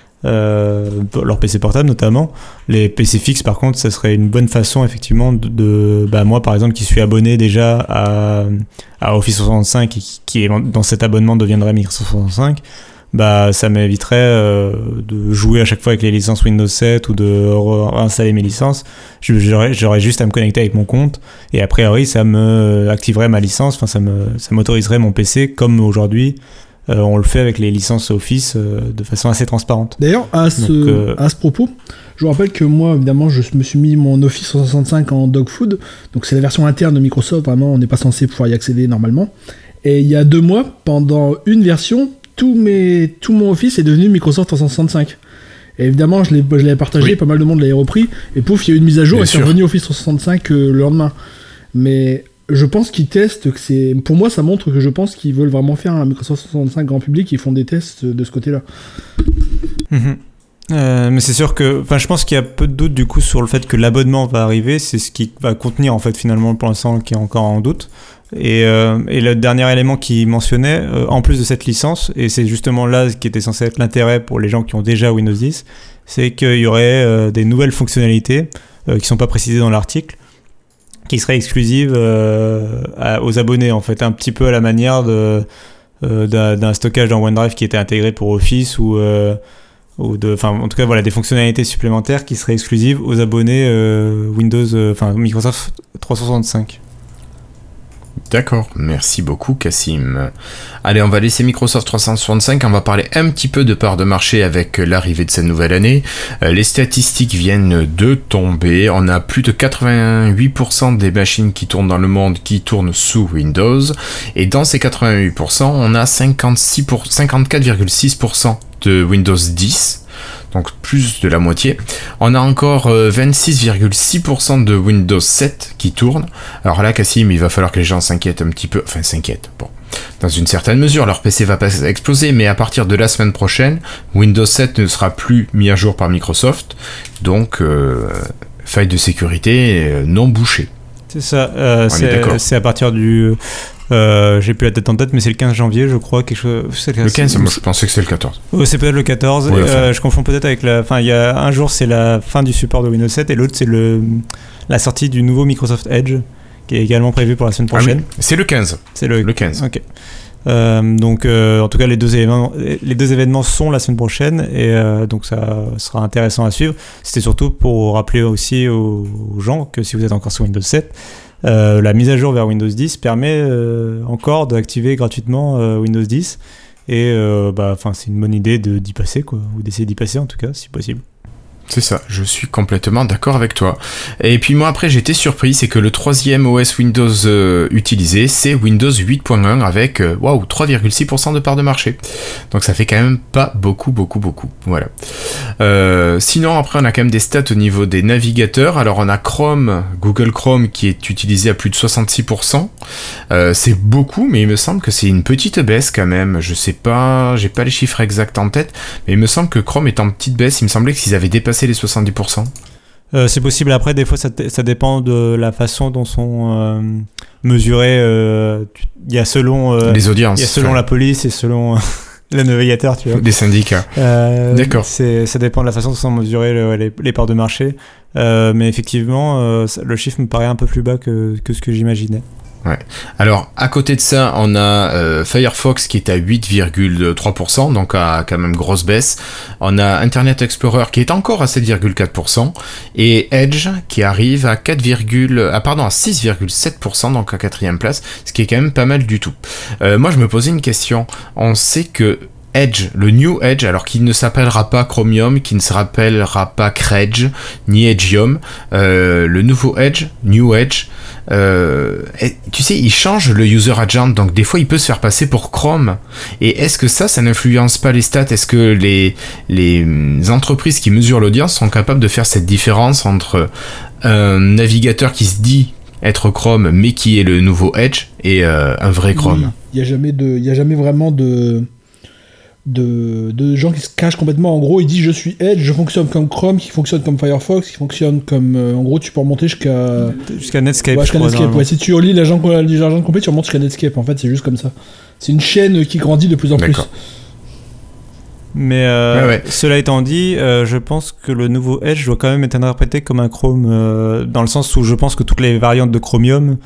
leur PC portable notamment. Les PC fixes par contre, ça serait une bonne façon effectivement moi par exemple qui suis abonné déjà à Office 365 et qui est dans cet abonnement deviendrait Microsoft 365, bah ça m'éviterait de jouer à chaque fois avec les licences Windows 7 ou de réinstaller mes licences. J'aurais juste à me connecter avec mon compte et a priori ça me activerait ma licence, enfin ça m'autoriserait mon PC comme aujourd'hui on le fait avec les licences Office de façon assez transparente. D'ailleurs, à ce propos, je vous rappelle que moi, évidemment, je me suis mis mon Office 365 en dog food, donc c'est la version interne de Microsoft, vraiment, on n'est pas censé pouvoir y accéder normalement. Et il y a 2 mois, pendant une version, tout mon Office est devenu Microsoft 365. Et évidemment, je l'avais partagé, pas mal de monde l'avait repris, et pouf, il y a eu une mise à jour, et c'est revenu Office 365 le lendemain. Mais je pense qu'ils testent, pour moi ça montre que je pense qu'ils veulent vraiment faire un Microsoft 365 grand public, ils font des tests de ce côté-là. Mais c'est sûr que, je pense qu'il y a peu de doute du coup sur le fait que l'abonnement va arriver, c'est ce qui va contenir en fait finalement pour l'instant qui est encore en doute. Et le dernier élément qu'il mentionnait, en plus de cette licence, et c'est justement là qui était censé être l'intérêt pour les gens qui ont déjà Windows 10, c'est qu'il y aurait des nouvelles fonctionnalités qui sont pas précisées dans l'article, qui serait exclusive aux abonnés en fait, un petit peu à la manière d'un stockage dans OneDrive qui était intégré pour Office ou en tout cas voilà des fonctionnalités supplémentaires qui seraient exclusives aux abonnés Microsoft 365. D'accord, merci beaucoup Cassim. Allez, on va laisser Microsoft 365, on va parler un petit peu de part de marché avec l'arrivée de cette nouvelle année. Les statistiques viennent de tomber, on a plus de 88% des machines qui tournent dans le monde qui tournent sous Windows, et dans ces 88%, on a 54,6% de Windows 10. Donc plus de la moitié. On a encore 26,6% de Windows 7 qui tourne. Alors là, Cassim, il va falloir que les gens s'inquiètent un petit peu. Enfin, s'inquiètent. Bon, dans une certaine mesure, leur PC va pas exploser, mais à partir de la semaine prochaine, Windows 7 ne sera plus mis à jour par Microsoft. Donc, faille de sécurité non bouchée. C'est ça. C'est à partir du... j'ai plus la tête en tête, mais c'est le 15 janvier, je crois. Quelque chose. Le 15, moi je pensais que c'était le 14. C'est peut-être le 14. Oui, je confonds peut-être avec la. Enfin, il y a un jour, c'est la fin du support de Windows 7, et l'autre, c'est la sortie du nouveau Microsoft Edge, qui est également prévu pour la semaine prochaine. Oui. C'est le 15. C'est le 15. Ok. Donc, en tout cas, les deux événements sont la semaine prochaine, et donc ça sera intéressant à suivre. C'était surtout pour rappeler aussi aux gens que si vous êtes encore sur Windows 7, la mise à jour vers Windows 10 permet encore d'activer gratuitement Windows 10, et c'est une bonne idée d'y passer, quoi, ou d'essayer d'y passer en tout cas, si possible. C'est ça, je suis complètement d'accord avec toi. Et puis moi après j'étais surpris, c'est que le 3e OS Windows utilisé, c'est Windows 8.1 avec 3,6% de part de marché. Donc ça fait quand même pas beaucoup. Voilà. Sinon après on a quand même des stats au niveau des navigateurs. Alors on a Chrome, Google Chrome qui est utilisé à plus de 66%. C'est beaucoup, mais il me semble que c'est une petite baisse quand même. Je sais pas, j'ai pas les chiffres exacts en tête, mais il me semble que Chrome est en petite baisse. Il me semblait qu'ils avaient dépassé les 70%. C'est possible. Après, des fois, ça dépend de la façon dont sont mesurés. Il y a selon les audiences. Il y a selon la police et selon le navigateur, tu vois. Des syndicats. D'accord. Ça dépend de la façon dont sont mesurés les parts de marché. Mais effectivement, le chiffre me paraît un peu plus bas que ce que j'imaginais. Ouais. Alors, à côté de ça, on a Firefox qui est à 8,3%, donc à quand même grosse baisse. On a Internet Explorer qui est encore à 7,4%, et Edge qui arrive à 6,7%, donc à 4e place, ce qui est quand même pas mal du tout. Moi, je me posais une question. On sait que Edge, le New Edge, alors qu'il ne s'appellera pas Chromium, qui ne se rappellera pas Credge, ni Edgeium, le nouveau Edge, New Edge, tu sais, il change le user agent, donc des fois il peut se faire passer pour Chrome. Et est-ce que ça n'influence pas les stats? Est-ce que les entreprises qui mesurent l'audience sont capables de faire cette différence entre un navigateur qui se dit être Chrome, mais qui est le nouveau Edge, et un vrai Chrome? Il n'y a jamais vraiment de gens qui se cachent complètement. En gros, il dit je suis Edge, je fonctionne comme Chrome, qui fonctionne comme Firefox, qui fonctionne comme en gros tu peux remonter jusqu'à Netscape. Ouais, jusqu'à Netscape. Ouais, si tu relis l'agent complet, tu remontes jusqu'à Netscape. En fait, c'est juste comme ça. C'est une chaîne qui grandit de plus en plus. Mais cela étant dit, je pense que le nouveau Edge doit quand même être interprété comme un Chrome, dans le sens où je pense que toutes les variantes de Chromium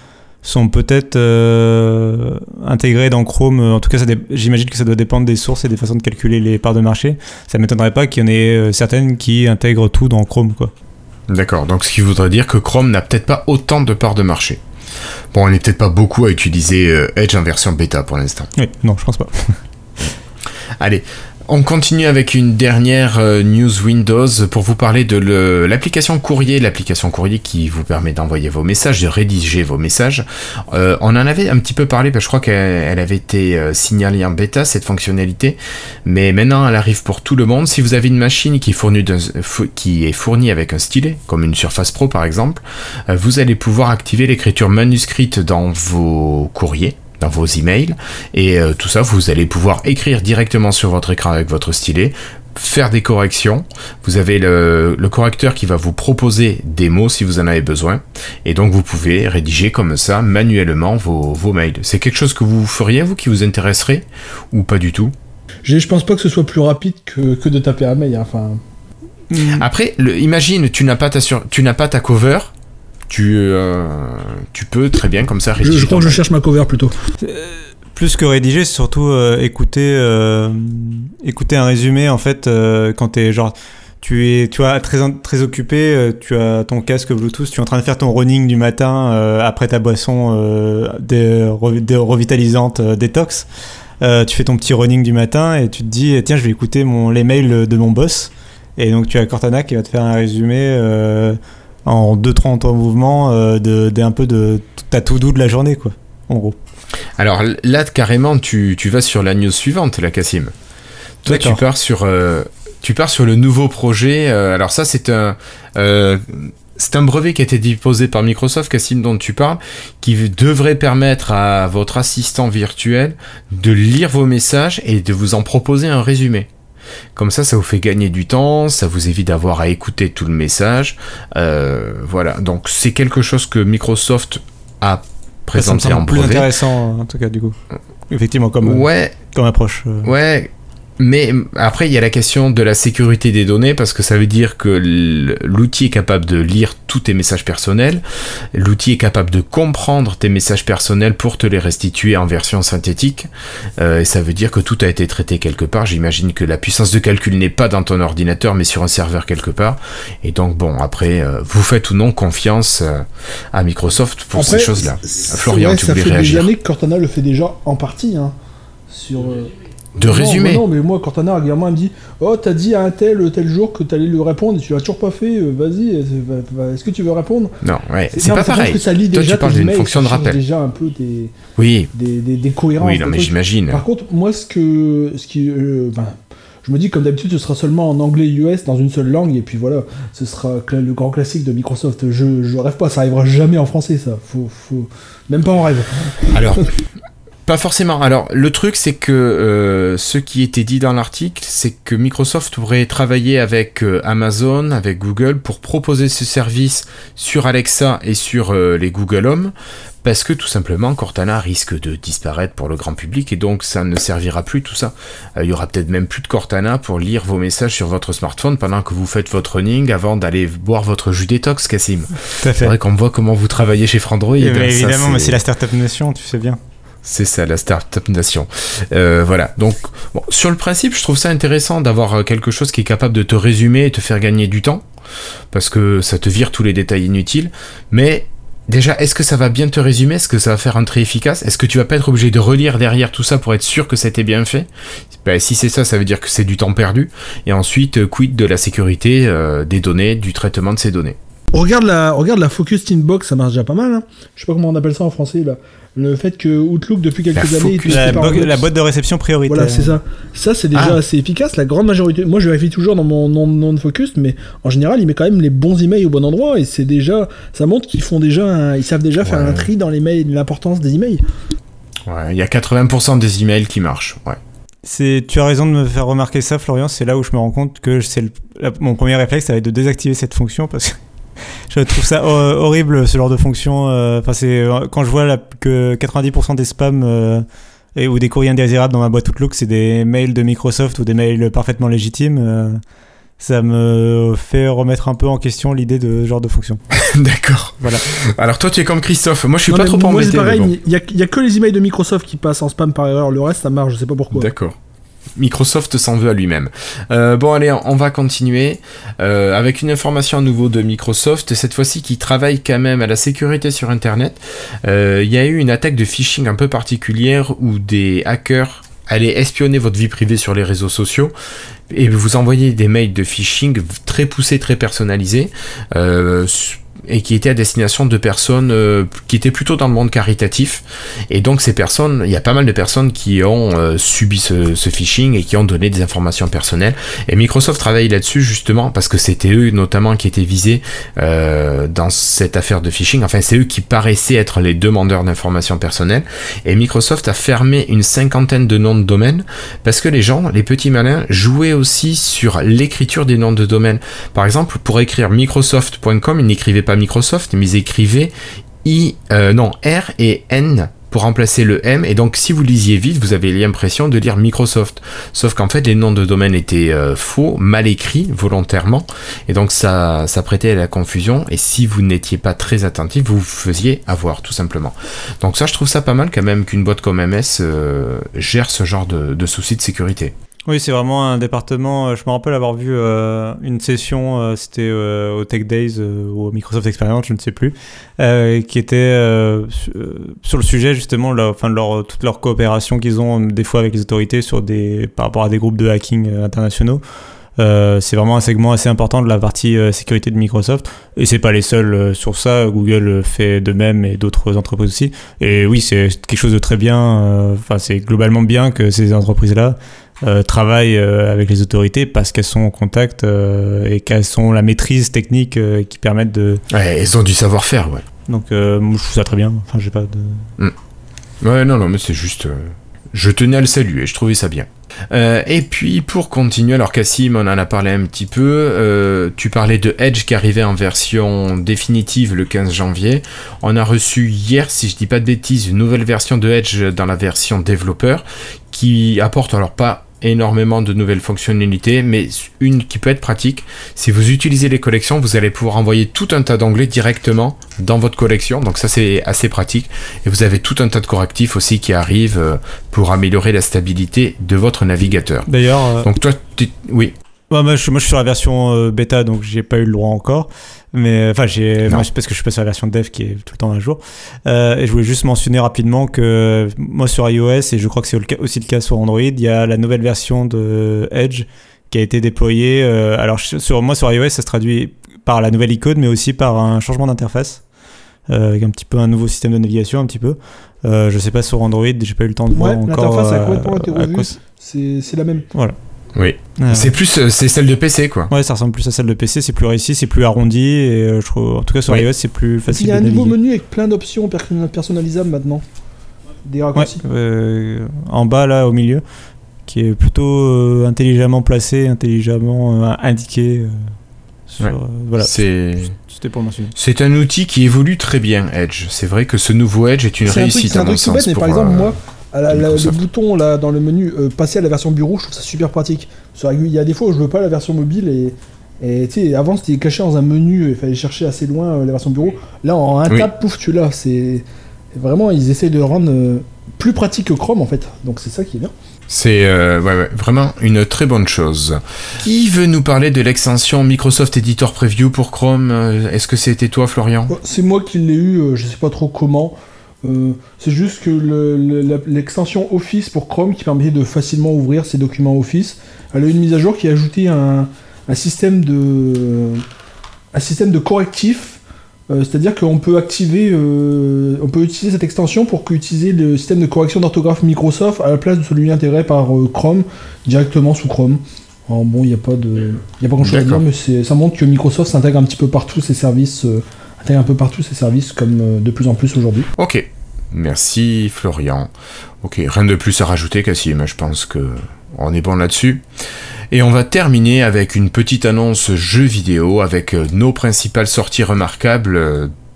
sont peut-être intégrés dans Chrome. En tout cas, j'imagine que ça doit dépendre des sources et des façons de calculer les parts de marché. Ça m'étonnerait pas qu'il y en ait certaines qui intègrent tout dans Chrome, quoi. D'accord, donc ce qui voudrait dire que Chrome n'a peut-être pas autant de parts de marché. Bon, on n'est peut-être pas beaucoup à utiliser Edge en version bêta pour l'instant. Oui, non, je pense pas. Allez, on continue avec une dernière news Windows pour vous parler de l'application Courrier qui vous permet d'envoyer vos messages, de rédiger vos messages. On en avait un petit peu parlé, parce que je crois qu'elle avait été signalée en bêta, cette fonctionnalité, mais maintenant elle arrive pour tout le monde. Si vous avez une machine qui est fournie avec un stylet, comme une Surface Pro par exemple, vous allez pouvoir activer l'écriture manuscrite dans vos courriers, dans vos emails, et tout ça, vous allez pouvoir écrire directement sur votre écran avec votre stylet, faire des corrections. Vous avez le correcteur qui va vous proposer des mots si vous en avez besoin, et donc vous pouvez rédiger comme ça manuellement vos mails. C'est quelque chose que vous feriez, vous, qui vous intéresserait, ou pas du tout? Je pense pas que ce soit plus rapide que de taper un mail, hein. Enfin... Après, imagine, tu n'as pas ta cover. Tu peux très bien comme ça rédiger. Je crois que je cherche ma cover plutôt. Plus que rédiger, c'est surtout écouter un résumé en fait quand t'es genre tu vois très occupé, tu as ton casque Bluetooth, tu es en train de faire ton running du matin après ta boisson revitalisante détox. Tu fais ton petit running du matin et tu te dis tiens, je vais écouter les mails de mon boss, et donc tu as Cortana qui va te faire un résumé en 2-3 temps mouvement un peu de ta to-do de la journée, quoi, en gros. Alors là, carrément, tu vas sur la news suivante, là, Cassim. Toi, tu pars sur le nouveau projet. Alors ça, c'est un brevet qui a été déposé par Microsoft, Cassim, dont tu parles, qui devrait permettre à votre assistant virtuel de lire vos messages et de vous en proposer un résumé. Comme ça vous fait gagner du temps, ça vous évite d'avoir à écouter tout le message. Voilà, donc c'est quelque chose que Microsoft a présenté en brevet. Plus intéressant, en tout cas, du coup. Effectivement, comme approche. Ouais. Mais après, il y a la question de la sécurité des données, parce que ça veut dire que l'outil est capable de lire tous tes messages personnels, l'outil est capable de comprendre tes messages personnels pour te les restituer en version synthétique, et ça veut dire que tout a été traité quelque part. J'imagine que la puissance de calcul n'est pas dans ton ordinateur, mais sur un serveur quelque part, et donc bon, après, vous faites ou non confiance à Microsoft pour ces choses-là. Florian, tu voulais réagir? Ça fait des années que Cortana le fait déjà en partie, hein, sur... De résumé. Non, mais moi, Cortana régulièrement elle me dit oh, t'as dit à un tel jour que t'allais lui répondre et tu l'as toujours pas fait, vas-y, est-ce que tu veux répondre? Non, ouais, c'est pas pareil. Que ça lit toi, déjà tu parles d'une fonction de rappel. Déjà un peu des cohérences. Oui, non, mais j'imagine. Par contre, moi, je me dis, comme d'habitude, ce sera seulement en anglais US, dans une seule langue, et puis voilà, ce sera le grand classique de Microsoft. Je rêve pas, ça arrivera jamais en français, ça. Faut... Même pas en rêve. Alors... Pas forcément. Alors, le truc, c'est que ce qui était dit dans l'article, c'est que Microsoft pourrait travailler avec Amazon, avec Google, pour proposer ce service sur Alexa et sur les Google Home, parce que tout simplement, Cortana risque de disparaître pour le grand public, et donc ça ne servira plus, tout ça. Il y aura peut-être même plus de Cortana pour lire vos messages sur votre smartphone pendant que vous faites votre running avant d'aller boire votre jus détox, Cassim. Tout à fait. C'est vrai qu'on voit comment vous travaillez chez Frandroid. Évidemment, mais c'est la Startup Nation, tu sais bien. C'est ça, la Startup Nation. Voilà, donc bon, sur le principe, je trouve ça intéressant d'avoir quelque chose qui est capable de te résumer et te faire gagner du temps, parce que ça te vire tous les détails inutiles. Mais déjà, est-ce que ça va bien te résumer? Est-ce que ça va faire un trait efficace? Est-ce que tu vas pas être obligé de relire derrière tout ça pour être sûr que c'était bien fait? Ben, si c'est ça, ça veut dire que c'est du temps perdu. Et ensuite, quid de la sécurité des données, du traitement de ces données? Regarde la Focus Tinbox, ça marche déjà pas mal, hein. Je sais pas comment on appelle ça en français, là. Le fait que Outlook, depuis quelques années... La boîte de réception prioritaire. Voilà, c'est ça. Ça, c'est déjà assez efficace. La grande majorité... Moi, je vérifie toujours dans mon nom de Focus, mais en général, il met quand même les bons emails au bon endroit, et c'est déjà... Ça montre qu'ils font déjà... Ils savent déjà faire un tri dans les mails, l'importance des emails. Ouais, il y a 80% des emails qui marchent, ouais. Tu as raison de me faire remarquer ça, Florian. C'est là où je me rends compte que mon premier réflexe, ça va être de désactiver cette fonction, parce que je trouve ça horrible, ce genre de fonction. C'est quand je vois que 90% des spams ou des courriers indésirables dans ma boîte Outlook, c'est des mails de Microsoft ou des mails parfaitement légitimes. ça me fait remettre un peu en question l'idée de ce genre de fonction. D'accord. Voilà. Alors toi, tu es comme Christophe. Moi, je suis pas trop moi, embêté. c'est pareil, mais bon. il y a que les emails de Microsoft qui passent en spam par erreur. Le reste, ça marche, je sais pas pourquoi. D'accord. Microsoft s'en veut à lui-même. Bon, allez, on va continuer avec une information à nouveau de Microsoft, cette fois-ci qui travaille quand même à la sécurité sur Internet. Il y a eu une attaque de phishing un peu particulière où des hackers allaient espionner votre vie privée sur les réseaux sociaux et vous envoyer des mails de phishing très poussés, très personnalisés. Et qui était à destination de personnes qui étaient plutôt dans le monde caritatif. Et donc ces personnes, il y a pas mal de personnes qui ont subi ce phishing et qui ont donné des informations personnelles. Et Microsoft travaille là-dessus justement parce que c'était eux notamment qui étaient visés dans cette affaire de phishing. Enfin, c'est eux qui paraissaient être les demandeurs d'informations personnelles. Et Microsoft a fermé une 50aine de noms de domaine parce que les gens, les petits malins, jouaient aussi sur l'écriture des noms de domaine. Par exemple, pour écrire Microsoft.com, ils n'écrivaient pas Microsoft, mais ils écrivaient R et N pour remplacer le M, et donc si vous lisiez vite, vous avez l'impression de lire Microsoft. Sauf qu'en fait, les noms de domaine étaient faux, mal écrits, volontairement, et donc ça prêtait à la confusion, et si vous n'étiez pas très attentif, vous vous faisiez avoir, tout simplement. Donc ça, je trouve ça pas mal quand même qu'une boîte comme MS gère ce genre de soucis de sécurité. Oui, c'est vraiment un département. Je me rappelle avoir vu une session, c'était au Tech Days ou au Microsoft Experience, je ne sais plus, qui était sur le sujet justement de toute leur coopération qu'ils ont des fois avec les autorités par rapport à des groupes de hacking internationaux. C'est vraiment un segment assez important de la partie sécurité de Microsoft, et c'est pas les seuls sur ça. Google fait de même et d'autres entreprises aussi. Et oui, c'est quelque chose de très bien. C'est globalement bien que ces entreprises-là travaillent avec les autorités parce qu'elles sont en contact et qu'elles ont la maîtrise technique qui permettent de... Ouais, elles ont du savoir-faire, ouais. Donc je trouve ça très bien. Enfin, j'ai pas de... Ouais, non, mais c'est juste... Je tenais à le saluer, je trouvais ça bien. Et puis pour continuer, alors Cassim, on en a parlé un petit peu, tu parlais de Edge qui arrivait en version définitive le 15 janvier. On a reçu hier, si je dis pas de bêtises, une nouvelle version de Edge dans la version développeur qui apporte alors pas énormément de nouvelles fonctionnalités, mais une qui peut être pratique. Si vous utilisez les collections, vous allez pouvoir envoyer tout un tas d'onglets directement dans votre collection, donc ça c'est assez pratique. Et vous avez tout un tas de correctifs aussi qui arrivent pour améliorer la stabilité de votre navigateur. D'ailleurs... Donc toi, oui. Moi, je suis sur la version bêta, donc j'ai pas eu le droit encore. Mais enfin, parce que je suis pas sur la version dev qui est tout le temps à jour. Et je voulais juste mentionner rapidement que moi sur iOS, et je crois que c'est aussi le cas sur Android, il y a la nouvelle version de Edge qui a été déployée. Alors sur iOS, ça se traduit par la nouvelle icône, mais aussi par un changement d'interface, avec un petit peu un nouveau système de navigation, un petit peu. Je sais pas sur Android, j'ai pas eu le temps de voir encore. L'interface a complètement été revue. C'est la même. Voilà. Oui, c'est celle de PC, quoi. Ouais, ça ressemble plus à celle de PC, c'est plus réussi, c'est plus arrondi, et je trouve, en tout cas sur iOS, c'est plus facile de naviguer. Il y a un nouveau menu avec plein d'options personnalisables maintenant. Des raccourcis. Ouais, en bas, là, au milieu, qui est plutôt intelligemment placé, intelligemment indiqué. Voilà. C'était pour mentionner. C'est un outil qui évolue très bien, Edge. C'est vrai que ce nouveau Edge est une réussite à mon sens. Bête, mais par exemple, moi, le bouton là dans le menu passer à la version bureau, je trouve ça super pratique. Il y a des fois où je veux pas la version mobile et tu sais, avant c'était caché dans un menu, il fallait chercher assez loin la version bureau. Là en un tap, pouf, tu l'as. C'est vraiment, ils essayent de rendre plus pratique que Chrome en fait. Donc c'est ça qui est bien. C'est vraiment une très bonne chose. Qui veut nous parler de l'extension Microsoft Editor Preview pour Chrome ? Est-ce que c'était toi, Florian ? C'est moi qui l'ai eu, je sais pas trop comment. C'est juste que l'extension Office pour Chrome qui permettait de facilement ouvrir ses documents Office, elle a eu une mise à jour qui a ajouté un système de correctif, c'est-à-dire qu'on peut on peut utiliser cette extension pour utiliser le système de correction d'orthographe Microsoft à la place de celui intégré par Chrome directement sous Chrome. Alors bon, il n'y a pas grand-chose à dire, mais ça montre que Microsoft s'intègre un petit peu partout ses services. Un peu partout ces services comme de plus en plus aujourd'hui. Ok, merci Florian. Ok, rien de plus à rajouter, Cassim, je pense que on est bon là-dessus. Et on va terminer avec une petite annonce jeu vidéo avec nos principales sorties remarquables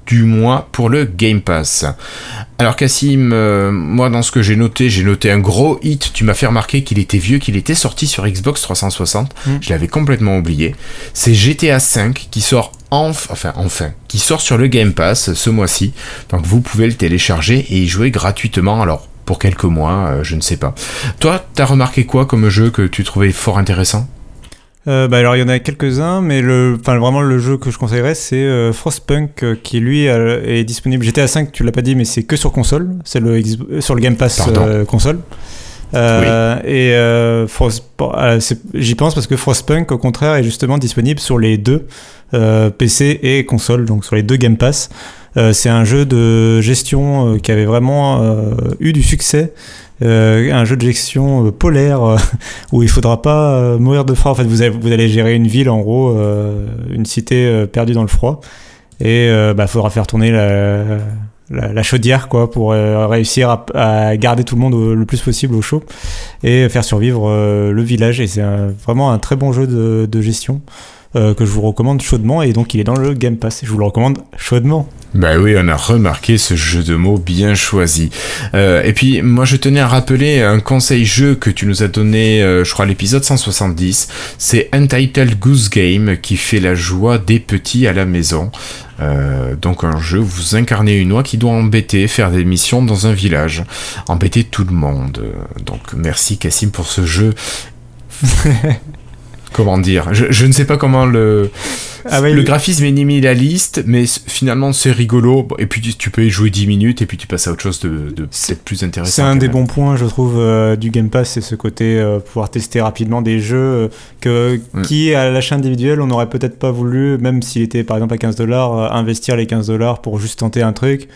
du mois pour le Game Pass. Alors Cassim, moi dans ce que j'ai noté un gros hit. Tu m'as fait remarquer qu'il était vieux, qu'il était sorti sur Xbox 360. Je l'avais complètement oublié. C'est GTA V qui sort qui sort sur le Game Pass ce mois-ci. Donc vous pouvez le télécharger et y jouer gratuitement. Alors pour quelques mois, je ne sais pas. Toi, t'as remarqué quoi comme jeu que tu trouvais fort intéressant ? Alors il y en a quelques-uns, mais vraiment le jeu que je conseillerais c'est Frostpunk qui lui est disponible. GTA V, tu l'as pas dit, mais c'est que sur console, c'est sur le Game Pass console. Et j'y pense parce que Frostpunk au contraire est justement disponible sur les deux PC et console, donc sur les deux Game Pass. C'est un jeu de gestion qui avait vraiment eu du succès. Un jeu de gestion polaire où il faudra pas mourir de froid. En fait, vous allez gérer une ville, en gros, une cité perdue dans le froid, et faudra faire tourner la chaudière, quoi, pour réussir à garder tout le monde le plus possible au chaud et faire survivre le village. Et c'est vraiment un très bon jeu de gestion que je vous recommande chaudement, et donc il est dans le Game Pass. Je vous le recommande chaudement. Bah oui, on a remarqué ce jeu de mots bien choisi. Et puis, moi, je tenais à rappeler un conseil jeu que tu nous as donné, je crois, à l'épisode 170. C'est Untitled Goose Game qui fait la joie des petits à la maison. Donc un jeu où vous incarnez une oie qui doit faire des missions dans un village. Embêter tout le monde. Donc merci Cassim pour ce jeu. Comment dire, je ne sais pas comment le graphisme est minimaliste, mais finalement c'est rigolo, et puis tu peux y jouer 10 minutes et puis tu passes à autre chose de peut-être plus intéressant. C'est un des bons points, je trouve, du Game Pass, c'est ce côté pouvoir tester rapidement des jeux qui à l'achat individuel on n'aurait peut-être pas voulu, même s'il était par exemple à $15, investir les $15 pour juste tenter un truc.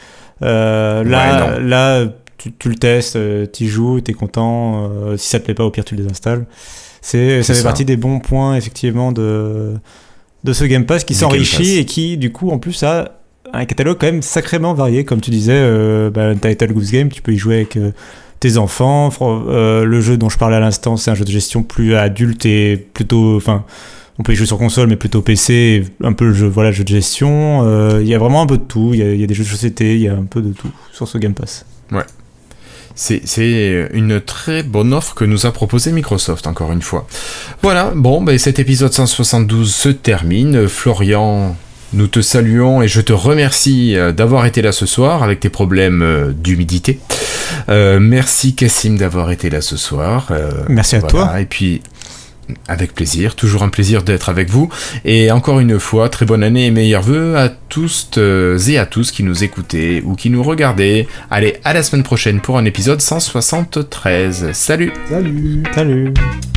Là tu le testes, t'y joues, t'es content, si ça te plaît pas, au pire tu le désinstalles. Ça fait partie des bons points effectivement de ce Game Pass qui s'enrichit et qui du coup en plus a un catalogue quand même sacrément varié, comme tu disais. Untitled Goose Game, tu peux y jouer avec tes enfants. Le jeu dont je parlais à l'instant, c'est un jeu de gestion plus adulte et plutôt, on peut y jouer sur console mais plutôt PC, un peu le jeu de gestion. Il y a vraiment un peu de tout, il y a des jeux de société, il y a un peu de tout sur ce Game Pass. Ouais. C'est une très bonne offre que nous a proposé Microsoft, encore une fois. Voilà, cet épisode 172 se termine. Florian, nous te saluons et je te remercie d'avoir été là ce soir avec tes problèmes d'humidité. Merci Cassim d'avoir été là ce soir. Merci à toi. Et puis, avec plaisir, toujours un plaisir d'être avec vous. Et encore une fois, très bonne année et meilleurs vœux à tous et à tous qui nous écoutez ou qui nous regardez. Allez, à la semaine prochaine pour un épisode 173. Salut. Salut. Salut.